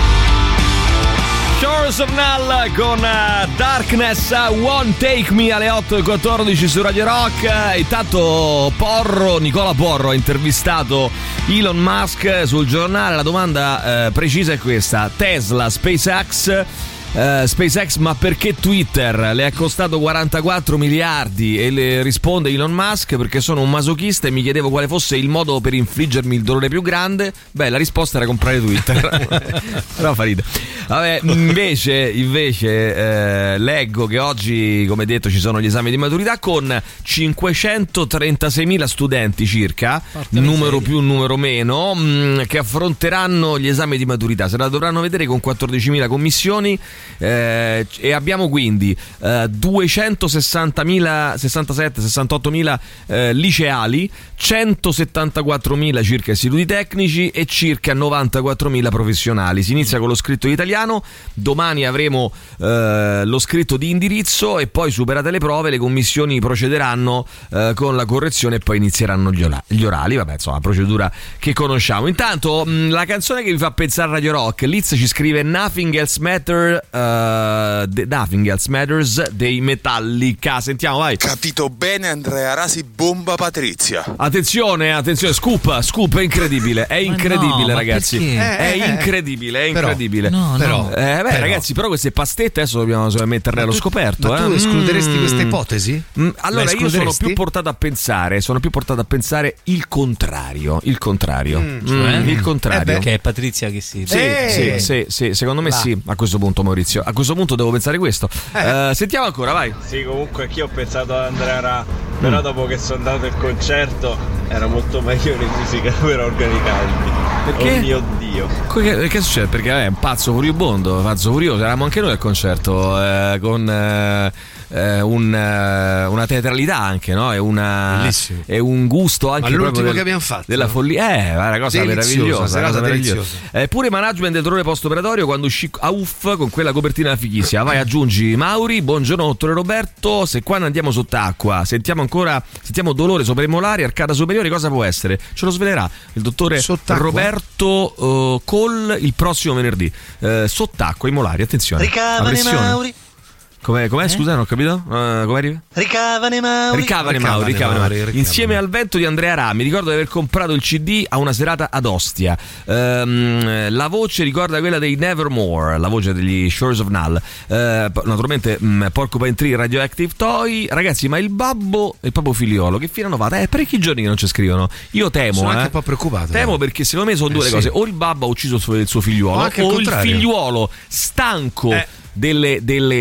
Shores of Null con Darkness Won't Take Me alle 8:14 su Radio Rock. Intanto Nicola Porro ha intervistato Elon Musk sul giornale. La domanda precisa è questa: Tesla, SpaceX, ma perché Twitter? Le è costato 44 miliardi e le risponde Elon Musk: perché sono un masochista e mi chiedevo quale fosse il modo per infliggermi il dolore più grande. Beh, la risposta era comprare Twitter. Però fa ridere. Vabbè, invece leggo che oggi, come detto, ci sono gli esami di maturità con 536.000 studenti circa, numero più, numero meno, che affronteranno gli esami di maturità. Se la dovranno vedere con 14.000 commissioni. E abbiamo quindi 268.000 liceali, 174.000 circa istituti tecnici e circa 94.000 professionali. Si inizia con lo scritto di italiano, domani avremo lo scritto di indirizzo e poi, superate le prove, le commissioni procederanno con la correzione e poi inizieranno gli orali. Vabbè, insomma, procedura che conosciamo. Intanto la canzone che vi fa pensare a Radio Rock, Liz ci scrive Nothing Else Matters dei Metallica. Sentiamo, vai. Capito bene, Andrea Rasi, bomba Patrizia. Attenzione, scoop, è incredibile, ragazzi. È incredibile. Però, ragazzi, però queste pastette adesso dobbiamo metterle allo scoperto. Ma tu escluderesti questa ipotesi? Allora, io sono più portato a pensare il contrario. Il contrario. Che è Patrizia che sì. Sì, secondo me sì, a questo punto, Maurizio. A questo punto devo pensare questo. Sentiamo ancora, vai. Sì, comunque anch'io ho pensato ad Andrea Ra, Però dopo che sono andato al concerto era molto meglio le musiche per organicarmi. Perché? Oh mio Dio. Che succede? Perché è un pazzo furioso, eravamo anche noi al concerto con una teatralità anche, no? È un gusto anche proprio che abbiamo fatto della follia. È una cosa meravigliosa. Pure management del dolore post operatorio quando uscì a Uff con quella copertina fighissima. Vai, aggiungi Mauri. Buongiorno dottore Roberto, se quando andiamo sott'acqua sentiamo dolore sopra i molari, arcata superiore, cosa può essere? Ce lo svelerà il dottore Roberto Cole il prossimo venerdì. Sott'acqua i molari, attenzione. Ricavane Mauri. Com'è? Scusa, non ho capito. Come arriva? Ricavane Mauri. Insieme al vento di Andrea Rami. Ricordo di aver comprato il CD a una serata ad Ostia. La voce ricorda quella dei Nevermore, la voce degli Shores of Null. Naturalmente Porcupine Tree, Radioactive Toy. Ragazzi, ma il babbo figliolo che fine hanno fatto? Parecchi giorni che non ci scrivono. Io temo. Sono anche un po' preoccupato. Temo perché secondo me sono due le cose. O il babbo ha ucciso il suo figliuolo, o il figliuolo stanco delle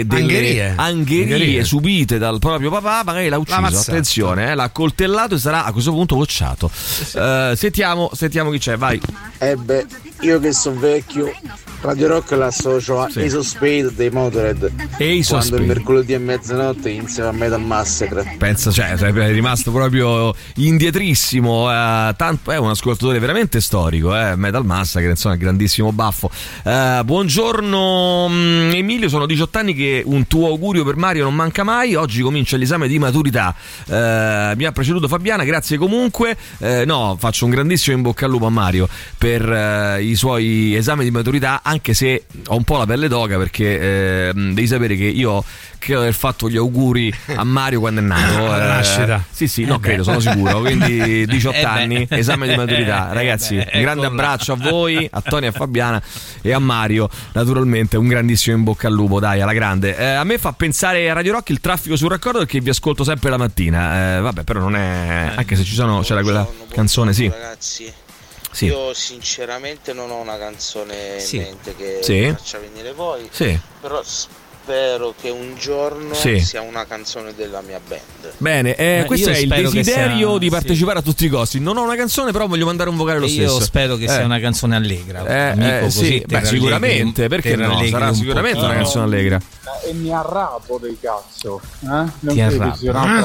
angherie subite dal proprio papà, magari l'ha ucciso. Attenzione, l'ha coltellato e sarà a questo punto bocciato. Sentiamo chi c'è, vai. Io che sono vecchio, Radio Rock l'associo a Ace of Spades dei Motorhead, quando il mercoledì a mezzanotte insieme a Metal Massacre. Pensa, è rimasto proprio indietrissimo. Tanto è un ascoltatore veramente storico, Metal Massacre, insomma, grandissimo baffo. Buongiorno Emilio, sono 18 anni che un tuo augurio per Mario non manca mai. Oggi comincia l'esame di maturità. Mi ha preceduto Fabiana, grazie comunque. Faccio un grandissimo in bocca al lupo a Mario per i suoi esami di maturità, anche se ho un po' la pelle d'oca perché devi sapere che io credo di aver fatto gli auguri a Mario quando è nato. Alla nascita. Credo, sono sicuro. Quindi 18 anni, esame di maturità. Ragazzi, un grande abbraccio a voi, a Tony, a Fabiana e a Mario. Naturalmente un grandissimo in bocca al lupo, dai, alla grande. A me fa pensare a Radio Rock il traffico sul raccordo, perché vi ascolto sempre la mattina. Vabbè, però non è. Anche se c'era quella canzone, sì. Ragazzi. Sì. Io sinceramente non ho una canzone in mente che faccia venire voi, però spero che un giorno sia una canzone della mia band. Bene, questo è il desiderio di partecipare a tutti i costi. Non ho una canzone, però voglio mandare un vocale lo stesso. Io spero che sia una canzone allegra, amico, così sicuramente, perché no? Sarà sicuramente una canzone allegra. E mi arrabo del cazzo, non ti arrabbi.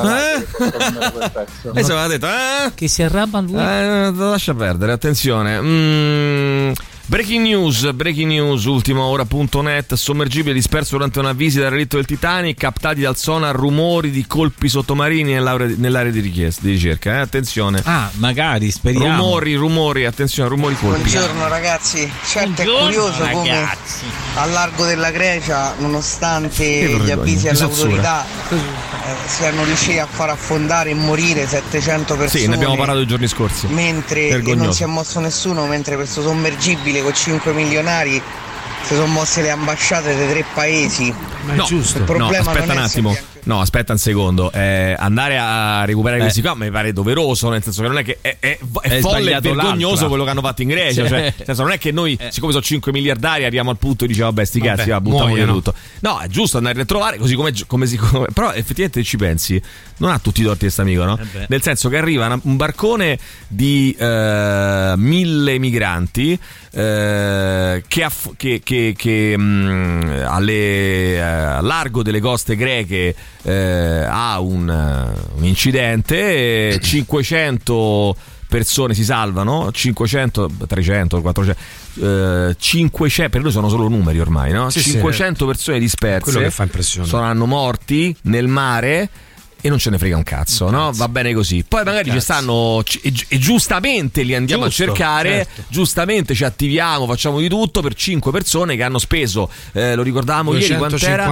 Questo aveva detto che si arrabba lui. Lascia perdere, attenzione. Breaking news, ultimaora.net. Sommergibile disperso durante una visita al relitto del Titanic, captati dal sonar rumori di colpi sottomarini nell'area di ricerca. Attenzione. Magari, speriamo. Rumori, attenzione, rumori colpi. Buongiorno ragazzi, certo è curioso come al largo della Grecia, nonostante gli avvisi all'autorità, siano riusciti a far affondare e morire 700 persone. Sì, ne abbiamo parlato i giorni scorsi. Mentre non si è mosso nessuno, mentre questo sommergibile con 5 milionari si sono mosse le ambasciate dei 3 paesi. Ma è giusto. Il problema aspetta un attimo. No, aspetta un secondo. Andare a recuperare questi qua mi pare doveroso, nel senso che non è che è folle e vergognoso quello che hanno fatto in Grecia. Cioè, nel senso, non è che noi, siccome sono 5 miliardari, arriviamo al punto e diciamo vabbè, sti cazzi, buttiamo via tutto. No, è giusto andare a ritrovare, così come però effettivamente ci pensi, non ha tutti i torti questo amico, no? Nel senso che arriva un barcone di 1000 migranti che al largo delle coste greche ha un incidente, 500 persone si salvano, 500, 300, 400, 500, per noi sono solo numeri ormai, no? 500 persone disperse, quello che fa impressione. Saranno morti nel mare e non ce ne frega un cazzo, no? Va bene così. Poi magari ci stanno e giustamente li andiamo a cercare, giustamente ci attiviamo, facciamo di tutto per 5 persone che hanno speso, lo ricordavamo ieri, quant'era?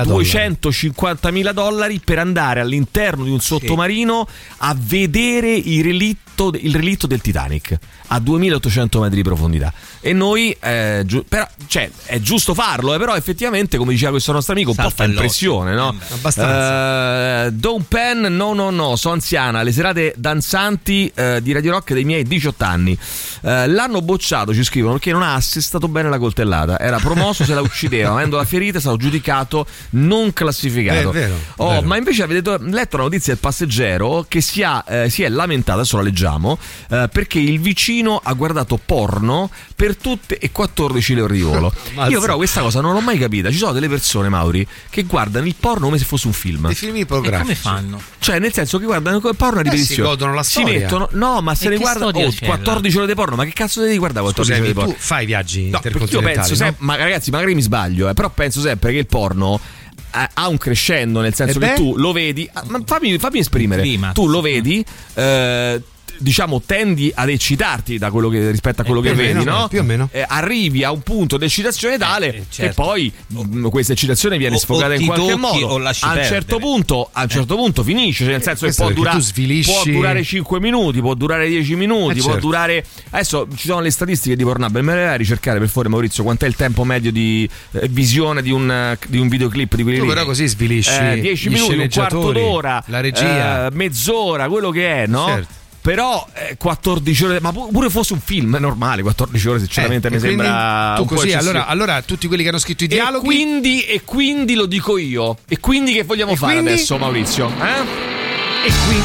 $250.000 per andare all'interno di un sottomarino a vedere il relitto del Titanic a 2800 metri di profondità. E noi però, cioè, è giusto farlo, però effettivamente, come diceva questo nostro amico, un po' fa impressione, no? Abbastanza. Don't Sean Penn, no, so anziana, le serate danzanti di Radio Rock dei miei 18 anni. L'hanno bocciato, ci scrivono, perché non ha assestato bene la coltellata. Era promosso se la uccideva, avendo la ferita è stato giudicato non classificato. È vero. Ma invece avete letto la notizia del passeggero che si è lamentato, adesso la leggiamo, perché il vicino ha guardato porno per tutte e 14 le ore di volo. Io però questa cosa non l'ho mai capita. Ci sono delle persone, Mauri, che guardano il porno come se fosse un film. Dei film ipografici. Come fanno? Cioè, nel senso che guardano il porno a ripetizione. Si godono la storia. Si mettono, no, ma se ne guardano 14 ore di porno. Ma che cazzo devi guardare 14 ore di porno? Tu fai viaggi intercontinentali? Io penso, ma ragazzi, magari mi sbaglio, però penso sempre che il porno ha un crescendo, nel senso che tu lo vedi. Ma fammi esprimere. Tu lo vedi. Diciamo, tendi ad eccitarti da quello che rispetto a quello che vedi, no? Più o meno. Arrivi a un punto di eccitazione tale e poi questa eccitazione viene sfogata in qualche modo. A un certo punto finisce, cioè nel senso che può durare 5 minuti, può durare 10 minuti, può durare. Adesso ci sono le statistiche di Pornhub, me le vai a ricercare per favore, Maurizio, quant'è il tempo medio di visione di un videoclip di quelli lì? Però così svilisci 10 minuti, un quarto d'ora, la regia, mezz'ora, quello che è, no? Certo. Però 14 ore, ma pure fosse un film normale, 14 ore sinceramente mi sembra tu un così, po' allora tutti quelli che hanno scritto i dialoghi e quindi lo dico io. E quindi che vogliamo fare adesso, Maurizio? E quindi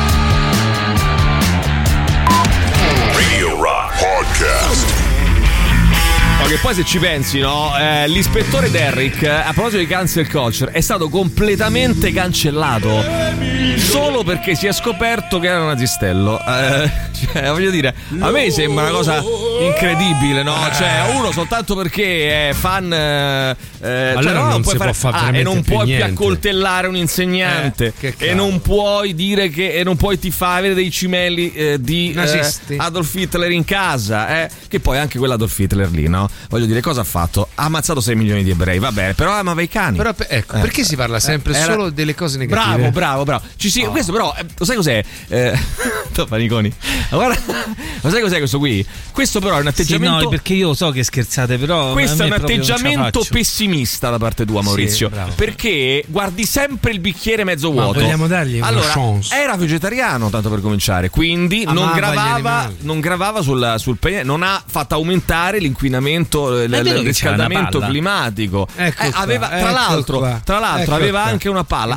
Radio Rock Podcast. Che poi se ci pensi, no, l'ispettore Derrick, a proposito di cancel culture, è stato completamente cancellato solo perché si è scoperto che era un nazistello. Cioè, voglio dire, a me sembra una cosa incredibile, no? Cioè, uno soltanto perché è fan, allora non si può fare veramente e non puoi più niente. accoltellare un insegnante, e non puoi dire che, e non puoi avere dei cimelli di Adolf Hitler in casa, che poi anche quell'Adolf Hitler lì, no? Voglio dire, cosa ha fatto? Ha ammazzato 6 milioni di ebrei, va bene, però amava i cani. Però perché si parla sempre solo delle cose negative? Bravo. Questo però, lo sai cos'è? Paniconi. Guarda, lo sai cos'è questo qui? Questo però è un atteggiamento. Sì, no, perché io so che scherzate, però questo è un atteggiamento pessimista da parte tua, Maurizio. Sì, perché guardi sempre il bicchiere mezzo vuoto. Vogliamo dargli una chance. Era vegetariano, tanto per cominciare, quindi non gravava sul pianeta, non ha fatto aumentare l'inquinamento, il riscaldamento climatico. Tra l'altro aveva anche una palla,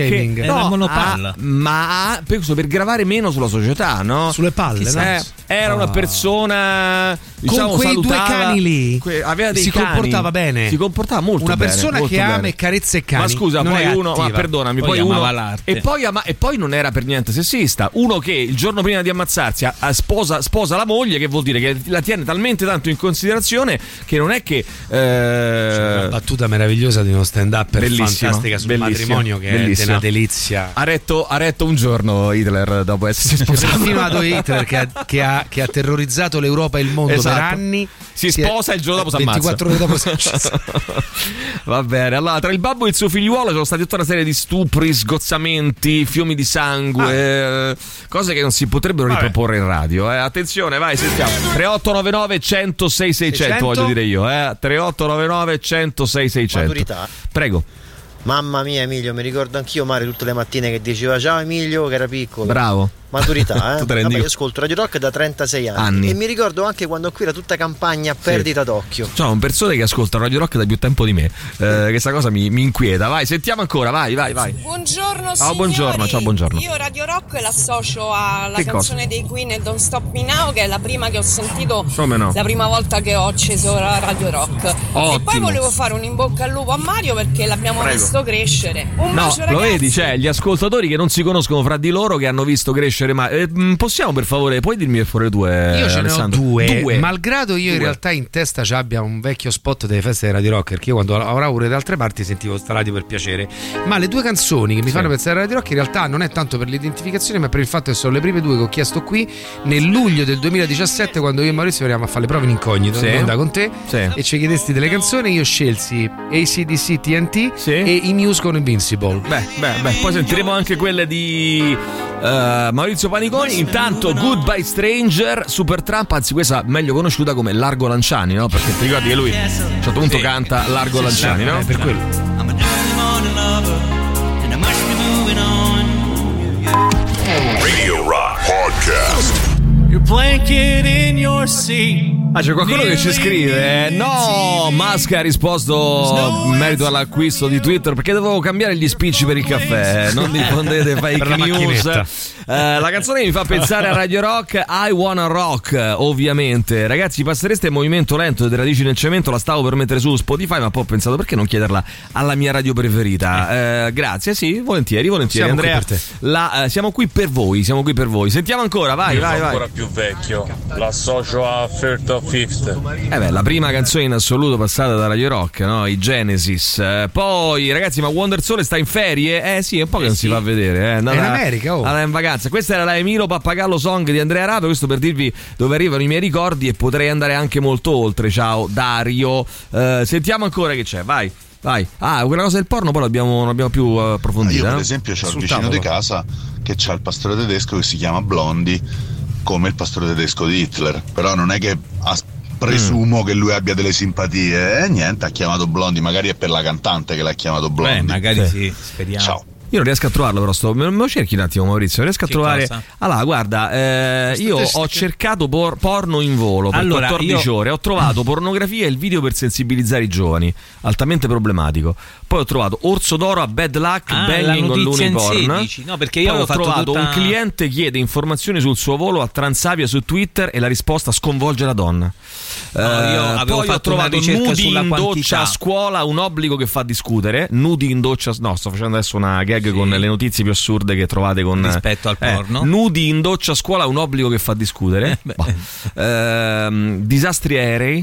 ma per gravare meno sulla società, no? Sulle palle, no? Era una persona, diciamo, con quei salutava, 2 cani lì aveva dei si cani, comportava bene. Si comportava molto una bene. Persona molto che bene. ama e carezza i cani. Ma scusa, non poi uno, attiva. ma perdonami, poi uno amava l'arte. E poi non era per niente sessista. Uno che il giorno prima di ammazzarsi sposa la moglie, che vuol dire che la tiene talmente tanto in considerazione che non è che c'è una battuta meravigliosa di uno stand-up fantastica sul matrimonio che è una delizia. Ha retto un giorno Hitler dopo essersi sposato. Fino a Hitler che ha terrorizzato l'Europa e il mondo per anni. Si sposa e il giorno dopo si ammazza. 24 ore dopo si ammazza. Va bene, allora tra il babbo e il suo figliuolo sono stati tutta una serie di stupri, sgozzamenti, fiumi di sangue, cose che non si potrebbero riproporre in radio. Attenzione, vai, sentiamo. 3899 106 600 voglio dire io, 3899 106 600. Maturità. Prego. Mamma mia, Emilio, mi ricordo anch'io Mario tutte le mattine che diceva ciao Emilio, che era piccolo. Bravo. Maturità, io ascolto Radio Rock da 36 anni. E mi ricordo anche quando qui era tutta campagna a perdita d'occhio. Ci sono persone che ascoltano Radio Rock da più tempo di me. Questa cosa mi inquieta. Vai, sentiamo ancora, vai. Buongiorno signori. Buongiorno, ciao, buongiorno. Io Radio Rock l'associo alla canzone dei Queen e Don't Stop Me Now, che è la prima che ho sentito la prima volta che ho acceso la Radio Rock. Ottimo. E poi volevo fare un in bocca al lupo a Mario perché l'abbiamo visto crescere. Un bacio, ragazzi. Lo vedi, gli ascoltatori che non si conoscono fra di loro, che hanno visto crescere. Ma possiamo per favore, puoi dirmi per favore due? Io ce Alessandro? ne ho due. Malgrado io in realtà in testa ci abbia un vecchio spot delle feste di Radio Rock, perché io quando lavoravo da altre parti sentivo sta radio per piacere, ma le due canzoni che mi fanno pensare a Radio Rock in realtà non è tanto per l'identificazione, ma per il fatto che sono le prime due che ho chiesto qui nel luglio del 2017, quando io e Maurizio eravamo a fare le prove in incognito con te e ci chiedesti delle canzoni. Io scelsi AC/DC TNT e i Muse con Invincible. Beh, poi sentiremo anche quelle di Maurizio Paniconi. Intanto Goodbye Stranger, Supertramp, anzi questa meglio conosciuta come Largo Lanciani, no? Perché ti ricordi che lui a un certo punto canta Largo Lanciani, no? Per quello. I'm an early morning lover and I must be moving on. jacket in your seat. C'è qualcuno che ci scrive: no, Musk ha risposto in merito all'acquisto di Twitter perché dovevo cambiare gli spicci per il caffè. Non diffondete fake news. La canzone mi fa pensare a Radio Rock, I Wanna Rock, ovviamente. Ragazzi, passereste il movimento lento delle radici nel cemento, la stavo per mettere su Spotify, ma poi ho pensato perché non chiederla alla mia radio preferita. Grazie, sì, volentieri siamo Andrea. Qui siamo qui per voi, Sentiamo ancora, vai. Sono ancora più vecchio, l'associo a First of Fifth. La prima canzone in assoluto passata da Radio Rock, no? I Genesis. Poi, ragazzi, ma Wonder Sole sta in ferie? Sì, è un po' che non si fa vedere. È in America, Andata in vacanza. Questa era la Emilio Pappagallo Song di Andrea Rape. Questo per dirvi dove arrivano i miei ricordi e potrei andare anche molto oltre. Ciao Dario. Sentiamo ancora che c'è, vai. Quella cosa del porno poi non abbiamo più approfondito. Io per esempio c'ho il vicino di casa che c'ha il pastore tedesco che si chiama Blondie, come il pastore tedesco di Hitler, però non è che presumo che lui abbia delle simpatie, niente, ha chiamato Blondie, magari è per la cantante che l'ha chiamato Blondie. Magari sì, speriamo. Ciao. Io non riesco a trovarlo, però me lo cerchi un attimo, Maurizio. Non riesco a trovare. Cosa? Allora, guarda, io ho cercato porno in volo per 14 ore. Ho trovato pornografia e il video per sensibilizzare i giovani, altamente problematico. Poi ho trovato Orso d'oro a Bad Luck, banging con l'unicorn. No, perché io poi ho trovato un cliente chiede informazioni sul suo volo a Transavia su Twitter e la risposta sconvolge la donna. Io avevo poi ho trovato nudi in doccia a scuola, un obbligo che fa discutere. Nudi in doccia, no, sto facendo adesso una gag con le notizie più assurde che trovate con rispetto al porno. Nudi in doccia a scuola, un obbligo che fa discutere. Disastri aerei.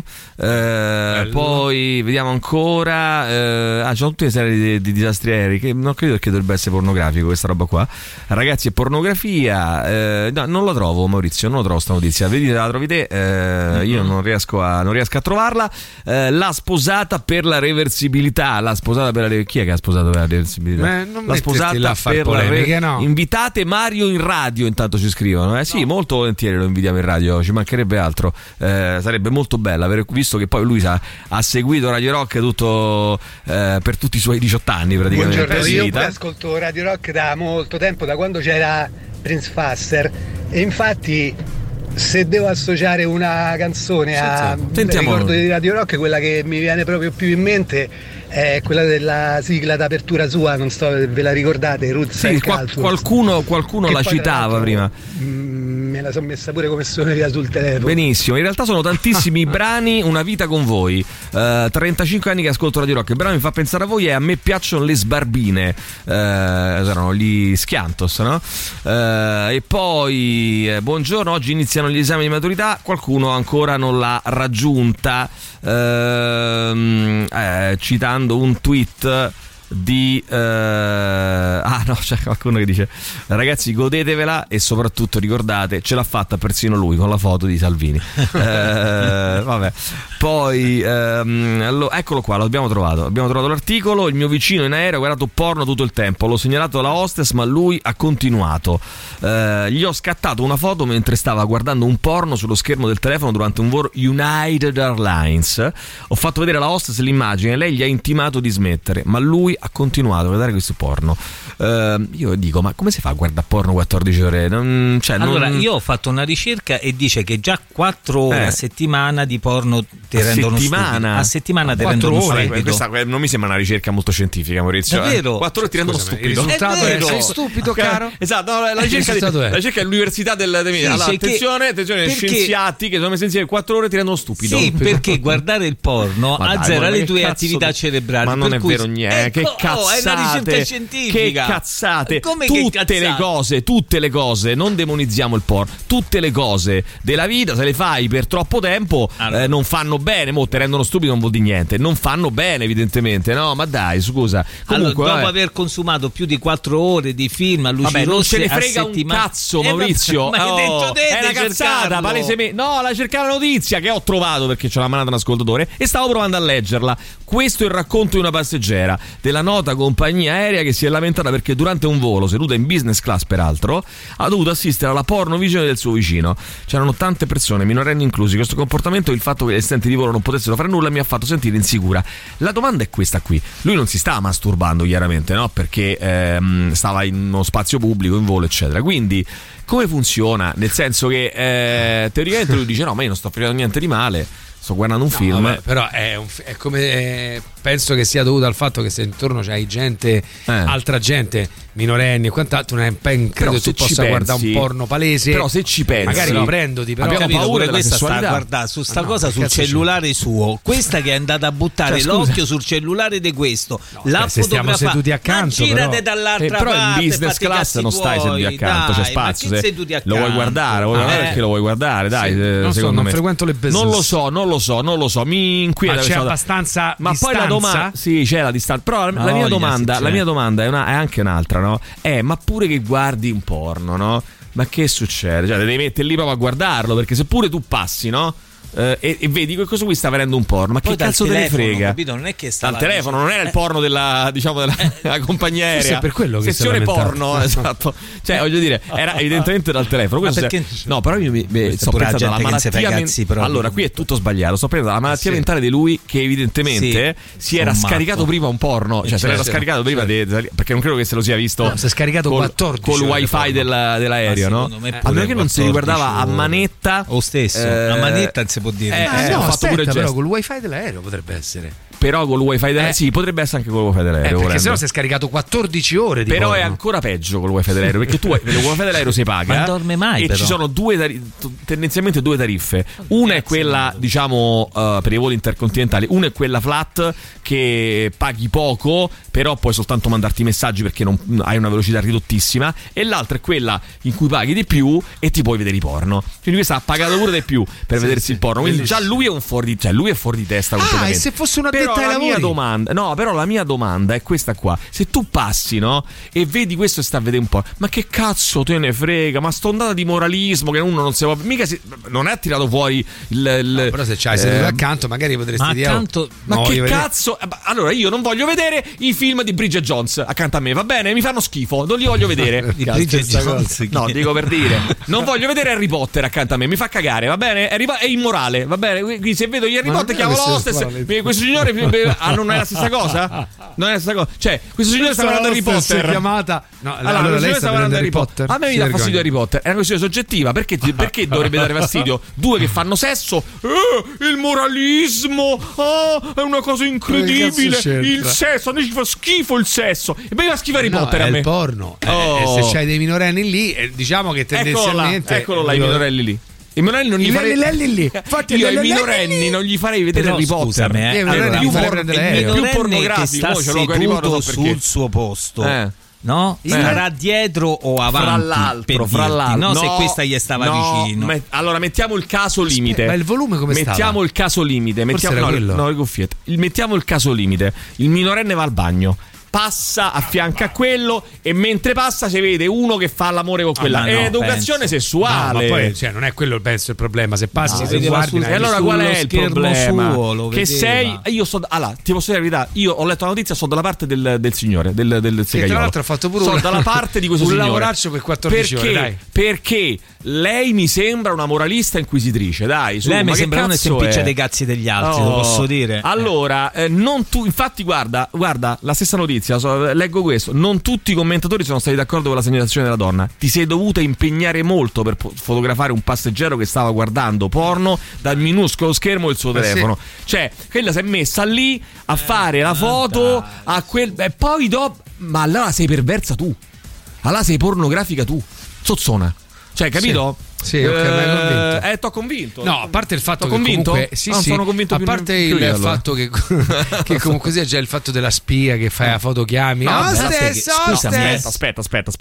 Poi vediamo ancora. C'è tutte le serie di disastri aerei che non credo che dovrebbe essere pornografico questa roba qua. Ragazzi, è pornografia. No, non la trovo, Maurizio, non la trovo sta notizia. Vedi, la trovi te. Io non riesco a trovarla. La sposata per la reversibilità. Chi è che ha sposato per la reversibilità? La sposata per polemiche, no? Invitate Mario in radio, intanto ci scrivono. Sì, molto volentieri lo invitiamo in radio, ci mancherebbe altro. Sarebbe molto bella, visto che poi lui ha seguito Radio Rock tutto per tutti i suoi 18 anni praticamente. Buongiorno, io ascolto Radio Rock da molto tempo, da quando c'era Prince Faster, e infatti se devo associare una canzone a ricordo di Radio Rock, quella che mi viene proprio più in mente è quella della sigla d'apertura sua, non so, ve la ricordate? Qualcuno la citava prima. Me la sono messa pure come suoneria sul telefono. Benissimo, in realtà sono tantissimi brani. Una vita con voi, 35 anni che ascolto Radio Rock. Il brano mi fa pensare a voi e a me piacciono le sbarbine, erano gli Schiantos, no? E poi buongiorno, oggi iniziano gli esami di maturità, qualcuno ancora non l'ha raggiunta, citando un tweet di c'è qualcuno che dice: ragazzi, godetevela e soprattutto ricordate, ce l'ha fatta persino lui con la foto di Salvini. Vabbè. Poi eccolo qua, abbiamo trovato l'articolo. Il mio vicino in aereo ha guardato porno tutto il tempo, l'ho segnalato alla hostess ma lui ha continuato. Gli ho scattato una foto mentre stava guardando un porno sullo schermo del telefono durante un volo United Airlines. Ho fatto vedere alla hostess l'immagine, lei gli ha intimato di smettere ma lui ha continuato a guardare questo porno. Io dico, ma come si fa a guardare porno 14 ore? Io ho fatto una ricerca e dice che già 4 ore a settimana di porno ti rendono stupido. A settimana ti rendono stupido. Questa non mi sembra una ricerca molto scientifica, Maurizio. Davvero? 4 ore ti rendono stupido. Il risultato è sei stupido, caro. Esatto, la ricerca dell'università attenzione, scienziati che sono messi insieme 4 ore ti rendono stupido. Sì, perché guardare il porno azzera le tue attività cerebrali. Ma non è vero niente. Che cazzate, è una ricerca scientifica. Che cazzate. Tutte le cose, non demonizziamo il porno. Tutte le cose della vita, se le fai per troppo tempo, non fanno bene. Mo te rendono stupido non vuol dire niente. Non fanno bene, evidentemente. No, ma dai, scusa. Comunque, dopo aver consumato più di 4 ore di film a luci rosse, non ce ne frega un cazzo, Maurizio. Ma hai detto te è una cazzata, palesemente. No, la cercava la notizia che ho trovato perché ce l'ha mandata un ascoltatore e stavo provando a leggerla. Questo è il racconto di una passeggera della nota compagnia aerea che si è lamentata perché durante un volo, seduta in business class peraltro, ha dovuto assistere alla pornovisione del suo vicino. C'erano tante persone, minorenni inclusi. Questo comportamento e il fatto che gli assistenti di di volo non potessero fare nulla mi ha fatto sentire insicura. La domanda è questa qui: lui non si stava masturbando chiaramente, no? Perché stava in uno spazio pubblico, in volo eccetera. Quindi come funziona? Nel senso che teoricamente lui dice no, ma io non sto facendo niente di male, sto guardando un film. Vabbè, però è come penso che sia dovuto al fatto che se intorno c'hai gente, altra gente, minorenni e quant'altro, non è credo che tu possa guardare un porno palese. Però se ci pensi, magari riprendoti, però abbiamo paura della sessualità. Guarda su sta cosa sul cellulare suo, questa che è andata a buttare l'occhio sul cellulare di questo, l'ha se stiamo seduti accanto, ma girate dall'altra però parte, in business class non stai seduti accanto, c'è spazio, se lo vuoi guardare, perché lo vuoi guardare, dai, secondo me non frequento le business. Non lo so, mi inquieta. Ma c'è abbastanza ma distanza? Poi la domanda, sì, c'è la distanza, però la mia domanda è anche un'altra, no? Ma pure che guardi un porno, no? Ma che succede? Cioè, devi mettere lì proprio a guardarlo, perché se pure tu passi, no? E vedi che questo qui sta vedendo un porno, ma poi che cazzo te ne frega? Capito? Non è che sta dal telefono, non era il porno della compagnia aerea, è per quello che sezione porno, esatto. Cioè, voglio dire, era evidentemente dal telefono. No, però io sto pensando alla malattia allora, qui è tutto sbagliato. Sto pensando alla malattia mentale di lui, che evidentemente si era scaricato prima un porno, cioè se l'era scaricato prima perché non credo che se lo sia visto. Si è scaricato 14 col wifi dell'aereo, no? Allora che non si riguardava a manetta o stesso, a manetta non si può dire. No, fatto pure però col wifi dell'aereo potrebbe essere. Però col wifi dell'aereo sì, potrebbe essere anche col wifi dell'aereo, perché sennò si è scaricato 14 ore di però porno. È ancora peggio col wifi dell'aereo, perché tu il wifi dell'aereo si paga, ma non dorme mai, e però. Ci sono tendenzialmente due tariffe. Una è quella, diciamo, per i voli intercontinentali. Una è quella flat, che paghi poco, però puoi soltanto mandarti messaggi perché non hai una velocità ridottissima, e l'altra è quella in cui paghi di più e ti puoi vedere i porno. Quindi questa ha pagato pure di più per vedersi il porno. Quindi già lui è fuori di testa completamente. E se fosse una addetta ai lavori? Però la mia domanda è questa qua: se tu passi, no, e vedi questo e sta a vedere un po', ma che cazzo te ne frega? Ma sta ondata di moralismo che uno non si può mica non è tirato fuori il però se c'hai seduto accanto magari potresti dire ma che cazzo? Allora io non voglio vedere i film di Bridget Jones accanto a me, va bene? Mi fanno schifo, non li voglio vedere. Di Bridget Jones, no, dico per dire, non voglio vedere Harry Potter accanto a me, mi fa cagare, va bene? È immorale, va bene? Quindi se vedo gli Harry Potter chiamo l'hostess, questo signore non è la stessa cosa? Non è la stessa cosa. Cioè, questo signore sta guardando Harry Potter. Chiamata. No, allora lei sta guardando Harry Potter. A me mi dà fastidio Harry Potter. È una questione soggettiva. Perché dovrebbe dare fastidio? Due che fanno sesso. Il moralismo. È una cosa incredibile. Il sesso. A noi ci fa schifo il sesso. E mi fa schifo Harry Potter a me. È il porno. Se c'hai dei minorenni lì, diciamo che tendenzialmente. Eccolo là, i minorenni lì. I minorenni non gli farei lì. Infatti io ai minorenni non gli farei vedere Harry Potter. Più pornografico, che sta seduto sul suo posto. No? Starà dietro o avanti? Fra l'altro. No, se questa gli stava vicino. Allora mettiamo il caso limite. Ma il volume come stava? Mettiamo il caso limite. Le cuffiette. Mettiamo il caso limite. Il minorenne va al bagno, passa a fianco a quello, e mentre passa si vede uno che fa l'amore con quella. È educazione sessuale. Ma poi non è quello, penso, il problema. Se passi, se guardi, e allora qual è il problema? Che sei. Io ti posso dire la verità. Io ho letto la notizia, sono dalla parte del signore, del segaiolo. Tra l'altro ha fatto pure sono dalla parte di questo signore. Un lavoraccio per 14 ore, dai. Perché lei mi sembra una moralista inquisitrice, dai. Lei mi sembra una che impiccia dei cazzi degli altri, lo posso dire. Allora, non tu, infatti guarda, la stessa notizia. Leggo questo: non tutti i commentatori sono stati d'accordo con la segnalazione della donna. Ti sei dovuta impegnare molto per fotografare un passeggero che stava guardando porno dal minuscolo schermo del suo telefono. Cioè, quella si è messa lì a fare la foto e poi dopo. Ma allora sei perversa tu, allora sei pornografica tu, zozzona. Cioè, capito? Sì, ok, mi hai convinto. T'ho convinto. No, a parte il fatto che convinto? Comunque, sono convinto. A parte il fatto che comunque sia già il fatto della spia che fai la fotochiami. Aspetta.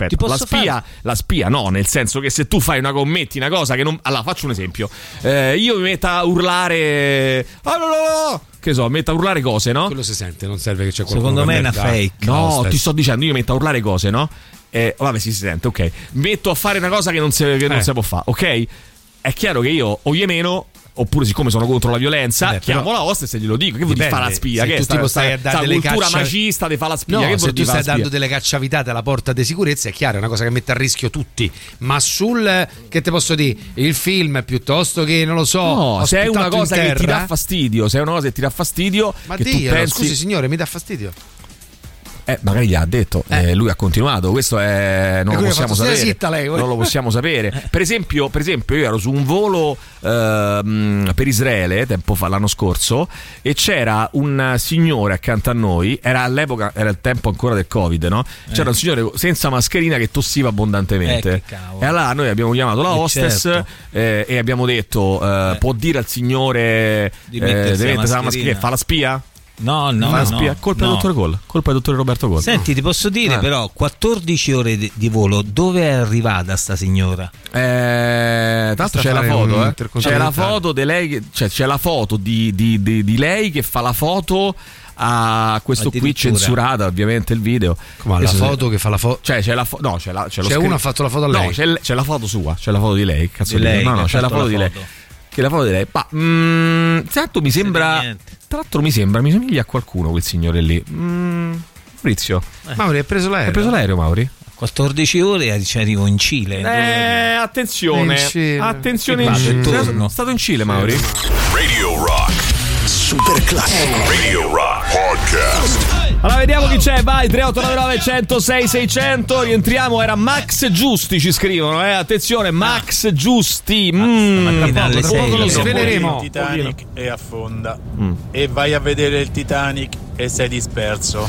La spia no, nel senso che se tu fai metti una cosa che non. Allora, faccio un esempio. Io mi metto a urlare. Che so, metto a urlare cose, no? Quello si sente, non serve che c'è qualcuno. Secondo me è una fake. No, ti sto dicendo, io metto a urlare cose, no? Vabbè, si sente, ok. Metto a fare una cosa che non si può fare, ok? È chiaro che io, o io meno, oppure siccome sono contro la violenza, chiamo la hostess e glielo dico. Che vuol dire fa la spia? Se che tu tipo stai a dare delle cultura macista di fa la spia? No, che se tu stai dando delle cacciavitate alla porta di sicurezza, è chiaro, è una cosa che mette a rischio tutti. Ma sul, che te posso dire, il film piuttosto che, non lo so, no, se è una cosa che ti dà fastidio, se è una cosa che ti dà fastidio, ma che Dio, tu pensi... scusi signore, mi dà fastidio. Magari gli ha detto, lui ha continuato, questo non lo possiamo sapere. Zitta lei, non lo possiamo sapere. Per esempio, io ero su un volo per Israele tempo fa, l'anno scorso, e c'era un signore accanto a noi, all'epoca era il tempo ancora del Covid, no? C'era un signore senza mascherina che tossiva abbondantemente. E allora noi abbiamo chiamato la hostess, certo. E abbiamo detto, può dire al signore di mettersi la mascherina, fa la spia? No, colpa del dottore Cole, colpa del dottore Roberto Cole. Senti, ti posso dire però 14 ore di volo, dove è arrivata sta signora? Tanto c'è la foto, c'è la foto di lei, c'è la foto di lei che fa la foto a questo qui, censurata ovviamente il video. Come la foto che fa la foto? Cioè c'è la foto, no, c'è uno ha fatto la foto a lei. No, c'è la foto sua, c'è la foto di lei, cazzo di lei. No, c'è la foto di lei. Che la foto di lei. Ma certo mi sembra, tra l'altro mi somiglia a qualcuno quel signore lì. Maurizio. Mauri, hai preso l'aereo? Hai preso l'aereo, Mauri? 14 ore ci arrivo in Cile. Attenzione. Attenzione in Cile. Stato in Cile, Mauri? Radio Rock. Super classico. Radio Rock Podcast. Allora vediamo chi c'è, vai, 3899 106 600, rientriamo, era Max Giusti, ci scrivono, attenzione, Max Giusti. Lo sveleremo. Il Titanic e affonda e vai a vedere il Titanic e sei disperso.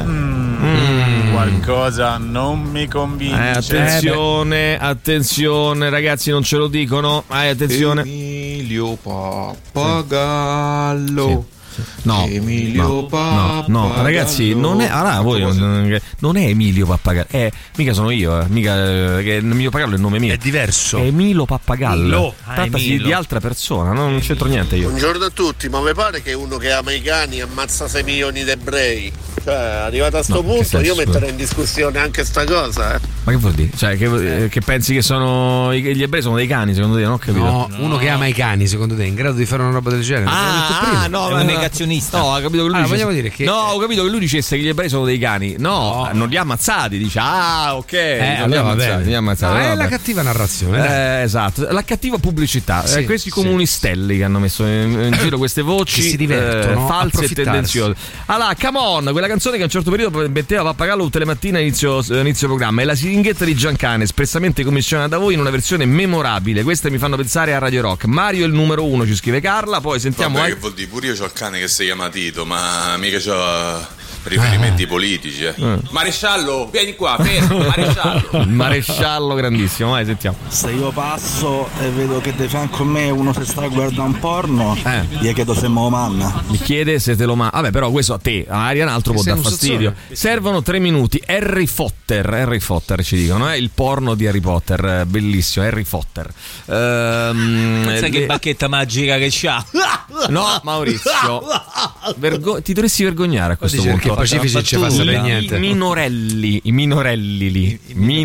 Qualcosa non mi convince. Attenzione ragazzi, non ce lo dicono. Attenzione. Emilio Pappagallo. No, ragazzi, non è. Allora, voi non è Emilio Pappagallo, mica sono io, mica che Emilio Pappagallo è il nome mio. È diverso. È Emilio Pappagallo. Trattasi di altra persona, non c'entro niente io. Buongiorno a tutti, ma vi pare che uno che ama i cani ammazza 6 milioni di ebrei? Cioè, arrivato a sto punto, io metterei in discussione anche sta cosa, Ma che vuol dire? Cioè, che pensi che gli ebrei sono dei cani, secondo te? Non ho capito. No, uno che ama i cani, secondo te, è in grado di fare una roba del genere? No, è un negazionista. No, ho capito che lui vogliamo dire che ho capito che lui dicesse che gli ebrei sono dei cani. No, non li ha ammazzati, dice. Ok, li ha ammazzati. È la cattiva narrazione. Esatto, la cattiva pubblicità. Questi comunistelli che hanno messo in giro queste voci che si divertono, false e tendenziose. Allora, come on, quella canzone che a un certo periodo metteva Pappagallo tutte le mattine inizio programma, è la siringhetta di Giancane, espressamente commissionata da voi in una versione memorabile. Queste mi fanno pensare a Radio Rock. Mario è il numero 1, ci scrive Carla. Poi sentiamo. Vabbè, che vuol dire? Pure io c'ho il cane che si chiama Tito, ma mica c'ho riferimenti politici. Maresciallo, vieni qua, fermo, maresciallo. Maresciallo grandissimo, vai, sentiamo. Se io passo e vedo che di fianco a me uno si sta guardando un porno, gli chiedo se me lo manna. Mi chiede se te lo manna. Vabbè, però questo a te, a Arian altro può dar fastidio. Servono 3 minuti. Harry Potter ci dicono, il porno di Harry Potter, bellissimo, Harry Potter. Sai che bacchetta magica che c'ha? No, Maurizio, ti dovresti vergognare a questo punto. Pacifici non ci fa sapere niente. I minorelli lì.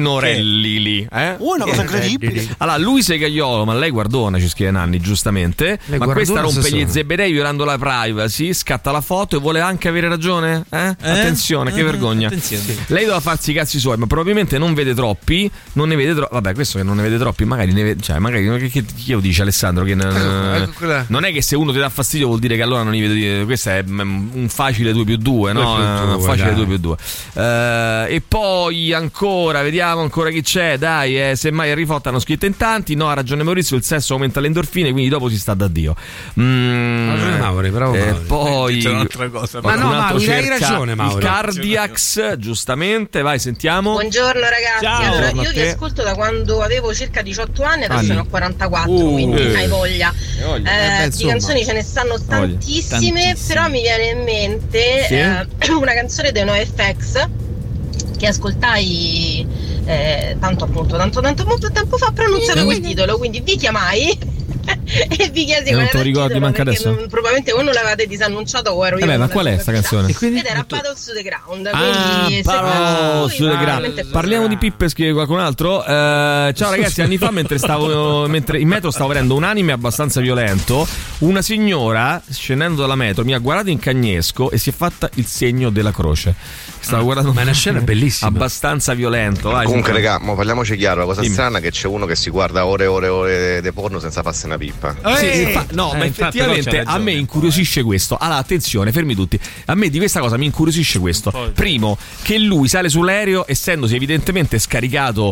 Una cosa incredibile. Allora, lui Segaiolo, ma lei guardona, ci scrive Nanni, giustamente. Ma questa rompe gli zebedei violando la privacy, scatta la foto e vuole anche avere ragione? Attenzione, che vergogna. Lei doveva farsi i cazzi suoi, ma probabilmente non vede troppi. Non ne vede troppi. Vabbè, questo che non ne vede troppi, magari ne vede. Cioè, magari che lo dice Alessandro? Che non è che se uno ti dà fastidio vuol dire che allora non li vede. Questo è un facile 2+2, no? Facile 2+2. E poi ancora, vediamo ancora chi c'è. Dai, semmai Harry Potter hanno scritto in tanti. No, ha ragione Maurizio, il sesso aumenta le endorfine, quindi dopo si sta da Dio. Mauri, bravo Mauri. Poi c'è un'altra cosa. Ma no, Mauri, hai ragione, Mauri. Il Cardiax, giustamente, vai, sentiamo. Buongiorno ragazzi. Ciao. Allora, io vi ascolto da quando avevo circa 18 anni, adesso ne ho 44, quindi hai voglia. Di canzoni ce ne stanno tantissime, però mi viene in mente una canzone dei NoFX che ascoltai molto tempo fa, pronunciato quel titolo, quindi vi chiamai e vi chiesi non te lo ricordi manca adesso? Probabilmente voi non l'avevate disannunciato o ero io. Ma qual è sta canzone? Ed era Battles to the Ground. Battles to the Ground. Parliamo di Pippe, scrive qualcun altro. Ciao ragazzi, anni fa mentre in metro stavo vedendo un anime abbastanza violento, una signora scendendo dalla metro mi ha guardato in cagnesco e si è fatta il segno della croce. Stavo guardando, ma è una scena bellissima, abbastanza violento. Comunque raga, ma parliamoci chiaro, la cosa strana è che c'è uno che si guarda ore e ore di porno senza farsi una pippa. Ma effettivamente a me incuriosisce questo. Allora attenzione, fermi tutti, a me di questa cosa mi incuriosisce questo. Primo, che lui sale sull'aereo essendosi evidentemente scaricato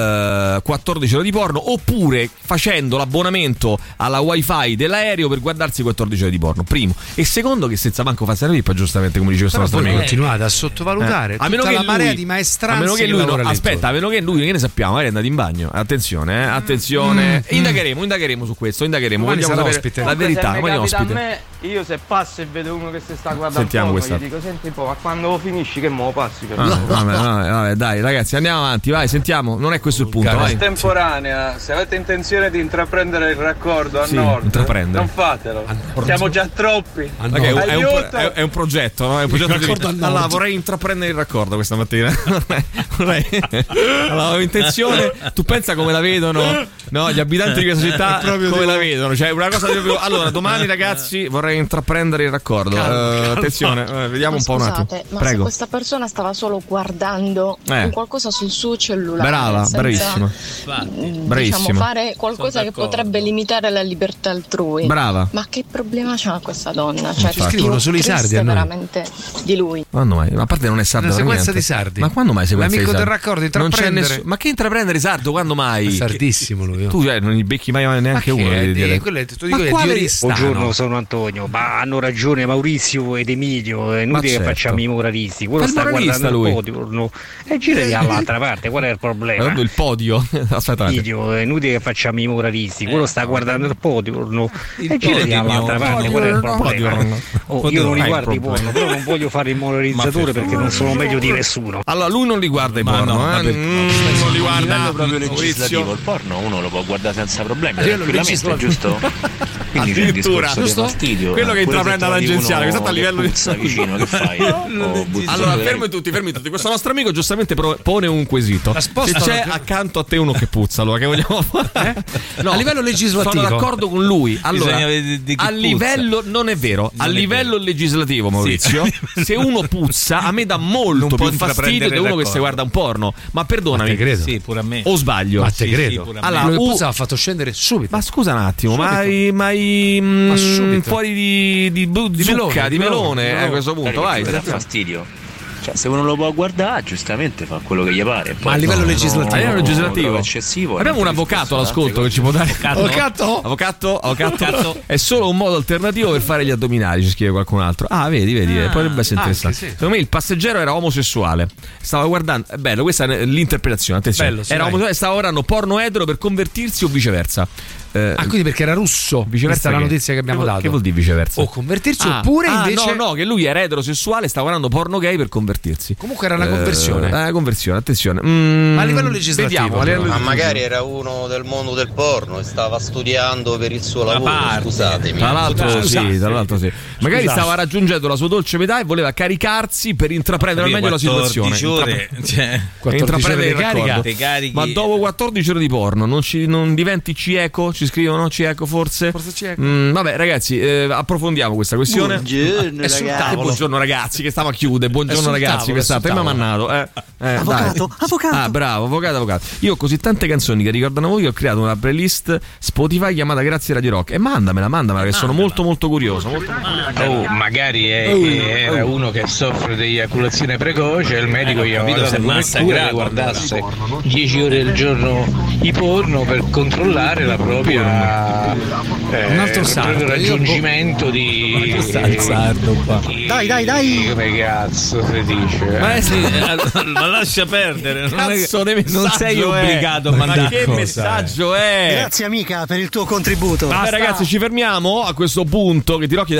14 ore di porno, oppure facendo l'abbonamento alla wifi dell'aereo per guardarsi 14 ore di porno. Primo. E secondo, che senza manco farsi una pippa, giustamente come dice questo nostro amico. Continuate a sottovalutare a meno che la marea di maestranze, a meno che lui aspetta, a meno che lui, che ne sappiamo, magari è andato in bagno. Attenzione, attenzione. Indagheremo su questo, vogliamo sapere ospite. La verità. Ma a me, io se passo e vedo uno che si sta guardando, sentiamo questa. Gli dico: senti un po', ma quando finisci che mo passi? Vabbè, dai ragazzi, andiamo avanti, vai, sentiamo. Non è questo il punto. Contemporanea, se avete intenzione di intraprendere il raccordo a nord, non fatelo. Siamo già troppi. È un progetto, no? È un progetto di... Allora, vorrei intraprendere il raccordo questa mattina. Allora, ho intenzione. Tu pensa come la vedono, no? Gli abitanti di questa città come la vedono? Cioè, una cosa proprio. Allora, domani, ragazzi, vorrei intraprendere il raccordo. Attenzione, vediamo un po' un attimo. Ma prego. Se questa persona stava solo guardando qualcosa sul suo cellulare, brava, bravissima. Diciamo, fare qualcosa che potrebbe limitare la libertà altrui. Brava. Ma che problema c'ha questa donna? Cioè, ci scrivono solo i sardi a noi. Veramente di lui. Quando mai? Ma a parte non è sardo. Una sequenza di sardi. Ma quando mai sequenza l'amico di sardi? del raccordo intraprendere. Ma che intraprendere sardo? Quando mai? È sardissimo lui. Tu non gli becchi mai neanche uno. Buongiorno, sono Antonio. Ma hanno ragione Maurizio ed Emilio. È inutile che facciamo i moralisti. Quello sta guardando il podio e girati dall'altra parte. Qual è il problema? Il podio. Aspetta. Emilio, è inutile che facciamo i moralisti. Quello sta guardando il podio e girati dall'altra parte. Qual è il problema? Io non li guardo i porno, però non voglio fare il moralizzatore perché non sono meglio di nessuno. Allora lui non li guarda i porno, non li guarda proprio legislativo. Il porno uno lo può guardare senza problemi, tranquillamente, giusto? Quindi c'è il discorso del fastidio. Quello che intraprende l'agenziale, questo a livello di vicino, che fai? Allora, fermi tutti. Questo nostro amico giustamente pone un quesito. Se c'è accanto a te uno che puzza, allora che vogliamo fare? No, a livello legislativo. Sono d'accordo con lui. Allora, a livello non è vero, a livello legislativo, Maurizio, se uno puzza a me dà molto più fastidio di uno che si guarda un porno. Ma perdonami, credo. Sì, pure a me. O sbaglio? Ma te credo. Allora, lui puzza ha fatto scendere subito. Ma scusa un attimo, ma fuori di zucca, di melone a questo punto, vai. Dà fastidio. Cioè, se uno lo può guardare, giustamente fa quello che gli pare. Ma a livello legislativo, a livello legislativo eccessivo. Abbiamo un avvocato all'ascolto che ci può dare. Avvocato. È solo un modo alternativo per fare gli addominali, ci scrive qualcun altro. Vedi, potrebbe essere interessante. Sì. Secondo me il passeggero era omosessuale. Stava guardando, è bello, questa è l'interpretazione. Attenzione, era omosessuale, stava guardando porno etero per convertirsi o viceversa. Quindi perché era russo, viceversa la notizia che abbiamo dato. Che vuol dire viceversa? O convertirsi oppure invece no, che lui era eterosessuale, stava guardando porno gay per convertirsi. Comunque era una conversione. Conversione, attenzione. Ma a livello legislativo, ma magari era uno del mondo del porno e stava studiando per il suo lavoro, scusatemi. Tra l'altro sì. Magari stava raggiungendo la sua dolce metà e voleva caricarsi per intraprendere al meglio la situazione. 14 ore il raccordo. Ma dopo 14 ore di porno non diventi cieco? Ci scrivono cieco forse cieco. Vabbè ragazzi, approfondiamo questa questione. Buongiorno ragazzi che stava a chiudere. Buongiorno ragazzi, che state mannato. Avvocato. Bravo, avvocato. Io ho così tante canzoni che ricordano voi che ho creato una playlist Spotify chiamata Grazie Radio Rock. E mandamela che sono molto molto curioso. Magari era uno che soffre di eiaculazione precoce e il medico gli ha dato che guardasse 10 ore al giorno i porno per controllare la propria un altro sardo raggiungimento di sardo qua. Dai come cazzo si dice? Ma lascia perdere, non sei obbligato a mandare. Ma che messaggio è? Grazie amica per il tuo contributo. Ragazzi, ci fermiamo a questo punto che ti Rocchi da andare via.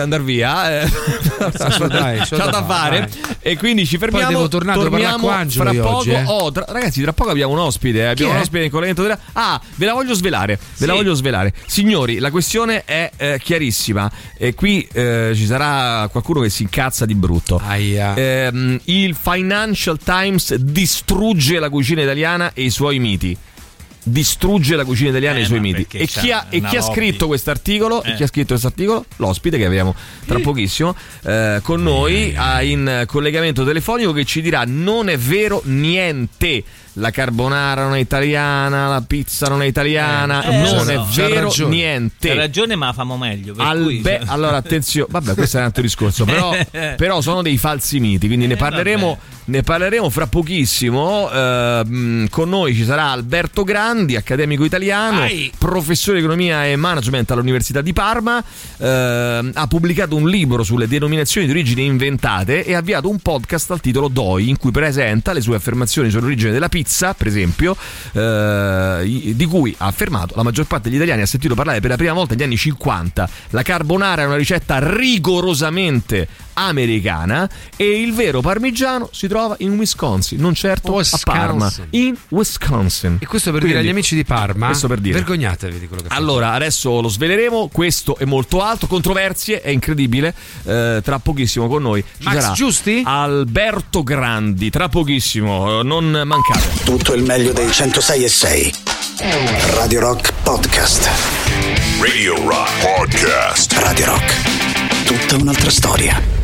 via, c'ha da fare, e quindi ci fermiamo. Poi devo torniamo fra poco. Oggi, ragazzi, tra poco abbiamo un ospite. Abbiamo un ospite in collegamento ve la voglio svelare. Ve la voglio svelare. Signori, la questione è chiarissima. E qui ci sarà qualcuno che si incazza di brutto. Il Financial Times distrugge la cucina italiana e i suoi miti. Distrugge la cucina italiana e i suoi miti. E chi ha scritto quest'articolo? E chi ha scritto quest'articolo? L'ospite che abbiamo tra pochissimo con noi in collegamento telefonico, che ci dirà: non è vero niente. La carbonara non è italiana, la pizza non è italiana, non è vero niente. Hai ragione, ma famo meglio. Allora attenzione, vabbè, questo è un altro discorso. Però sono dei falsi miti, quindi ne parleremo fra pochissimo. Con noi ci sarà Alberto Grandi, accademico italiano, professore di economia e management all'Università di Parma. Ha pubblicato un libro sulle denominazioni di origine inventate e ha avviato un podcast al titolo DOI, in cui presenta le sue affermazioni sull'origine della pizza, per esempio, di cui ha affermato: la maggior parte degli italiani ha sentito parlare per la prima volta negli anni 50. La carbonara è una ricetta rigorosamente americana e il vero parmigiano si trova in Wisconsin, non certo a Parma, in Wisconsin. E questo per dire agli amici di Parma, vergognatevi di quello che fate. Allora, adesso lo sveleremo, questo e molto altro, controversie, è incredibile. Tra pochissimo con noi ci Max sarà Giusti? Alberto Grandi, tra pochissimo, non mancate. Tutto il meglio dei 106.6 Radio Rock Podcast. Radio Rock Podcast. Radio Rock, tutta un'altra storia.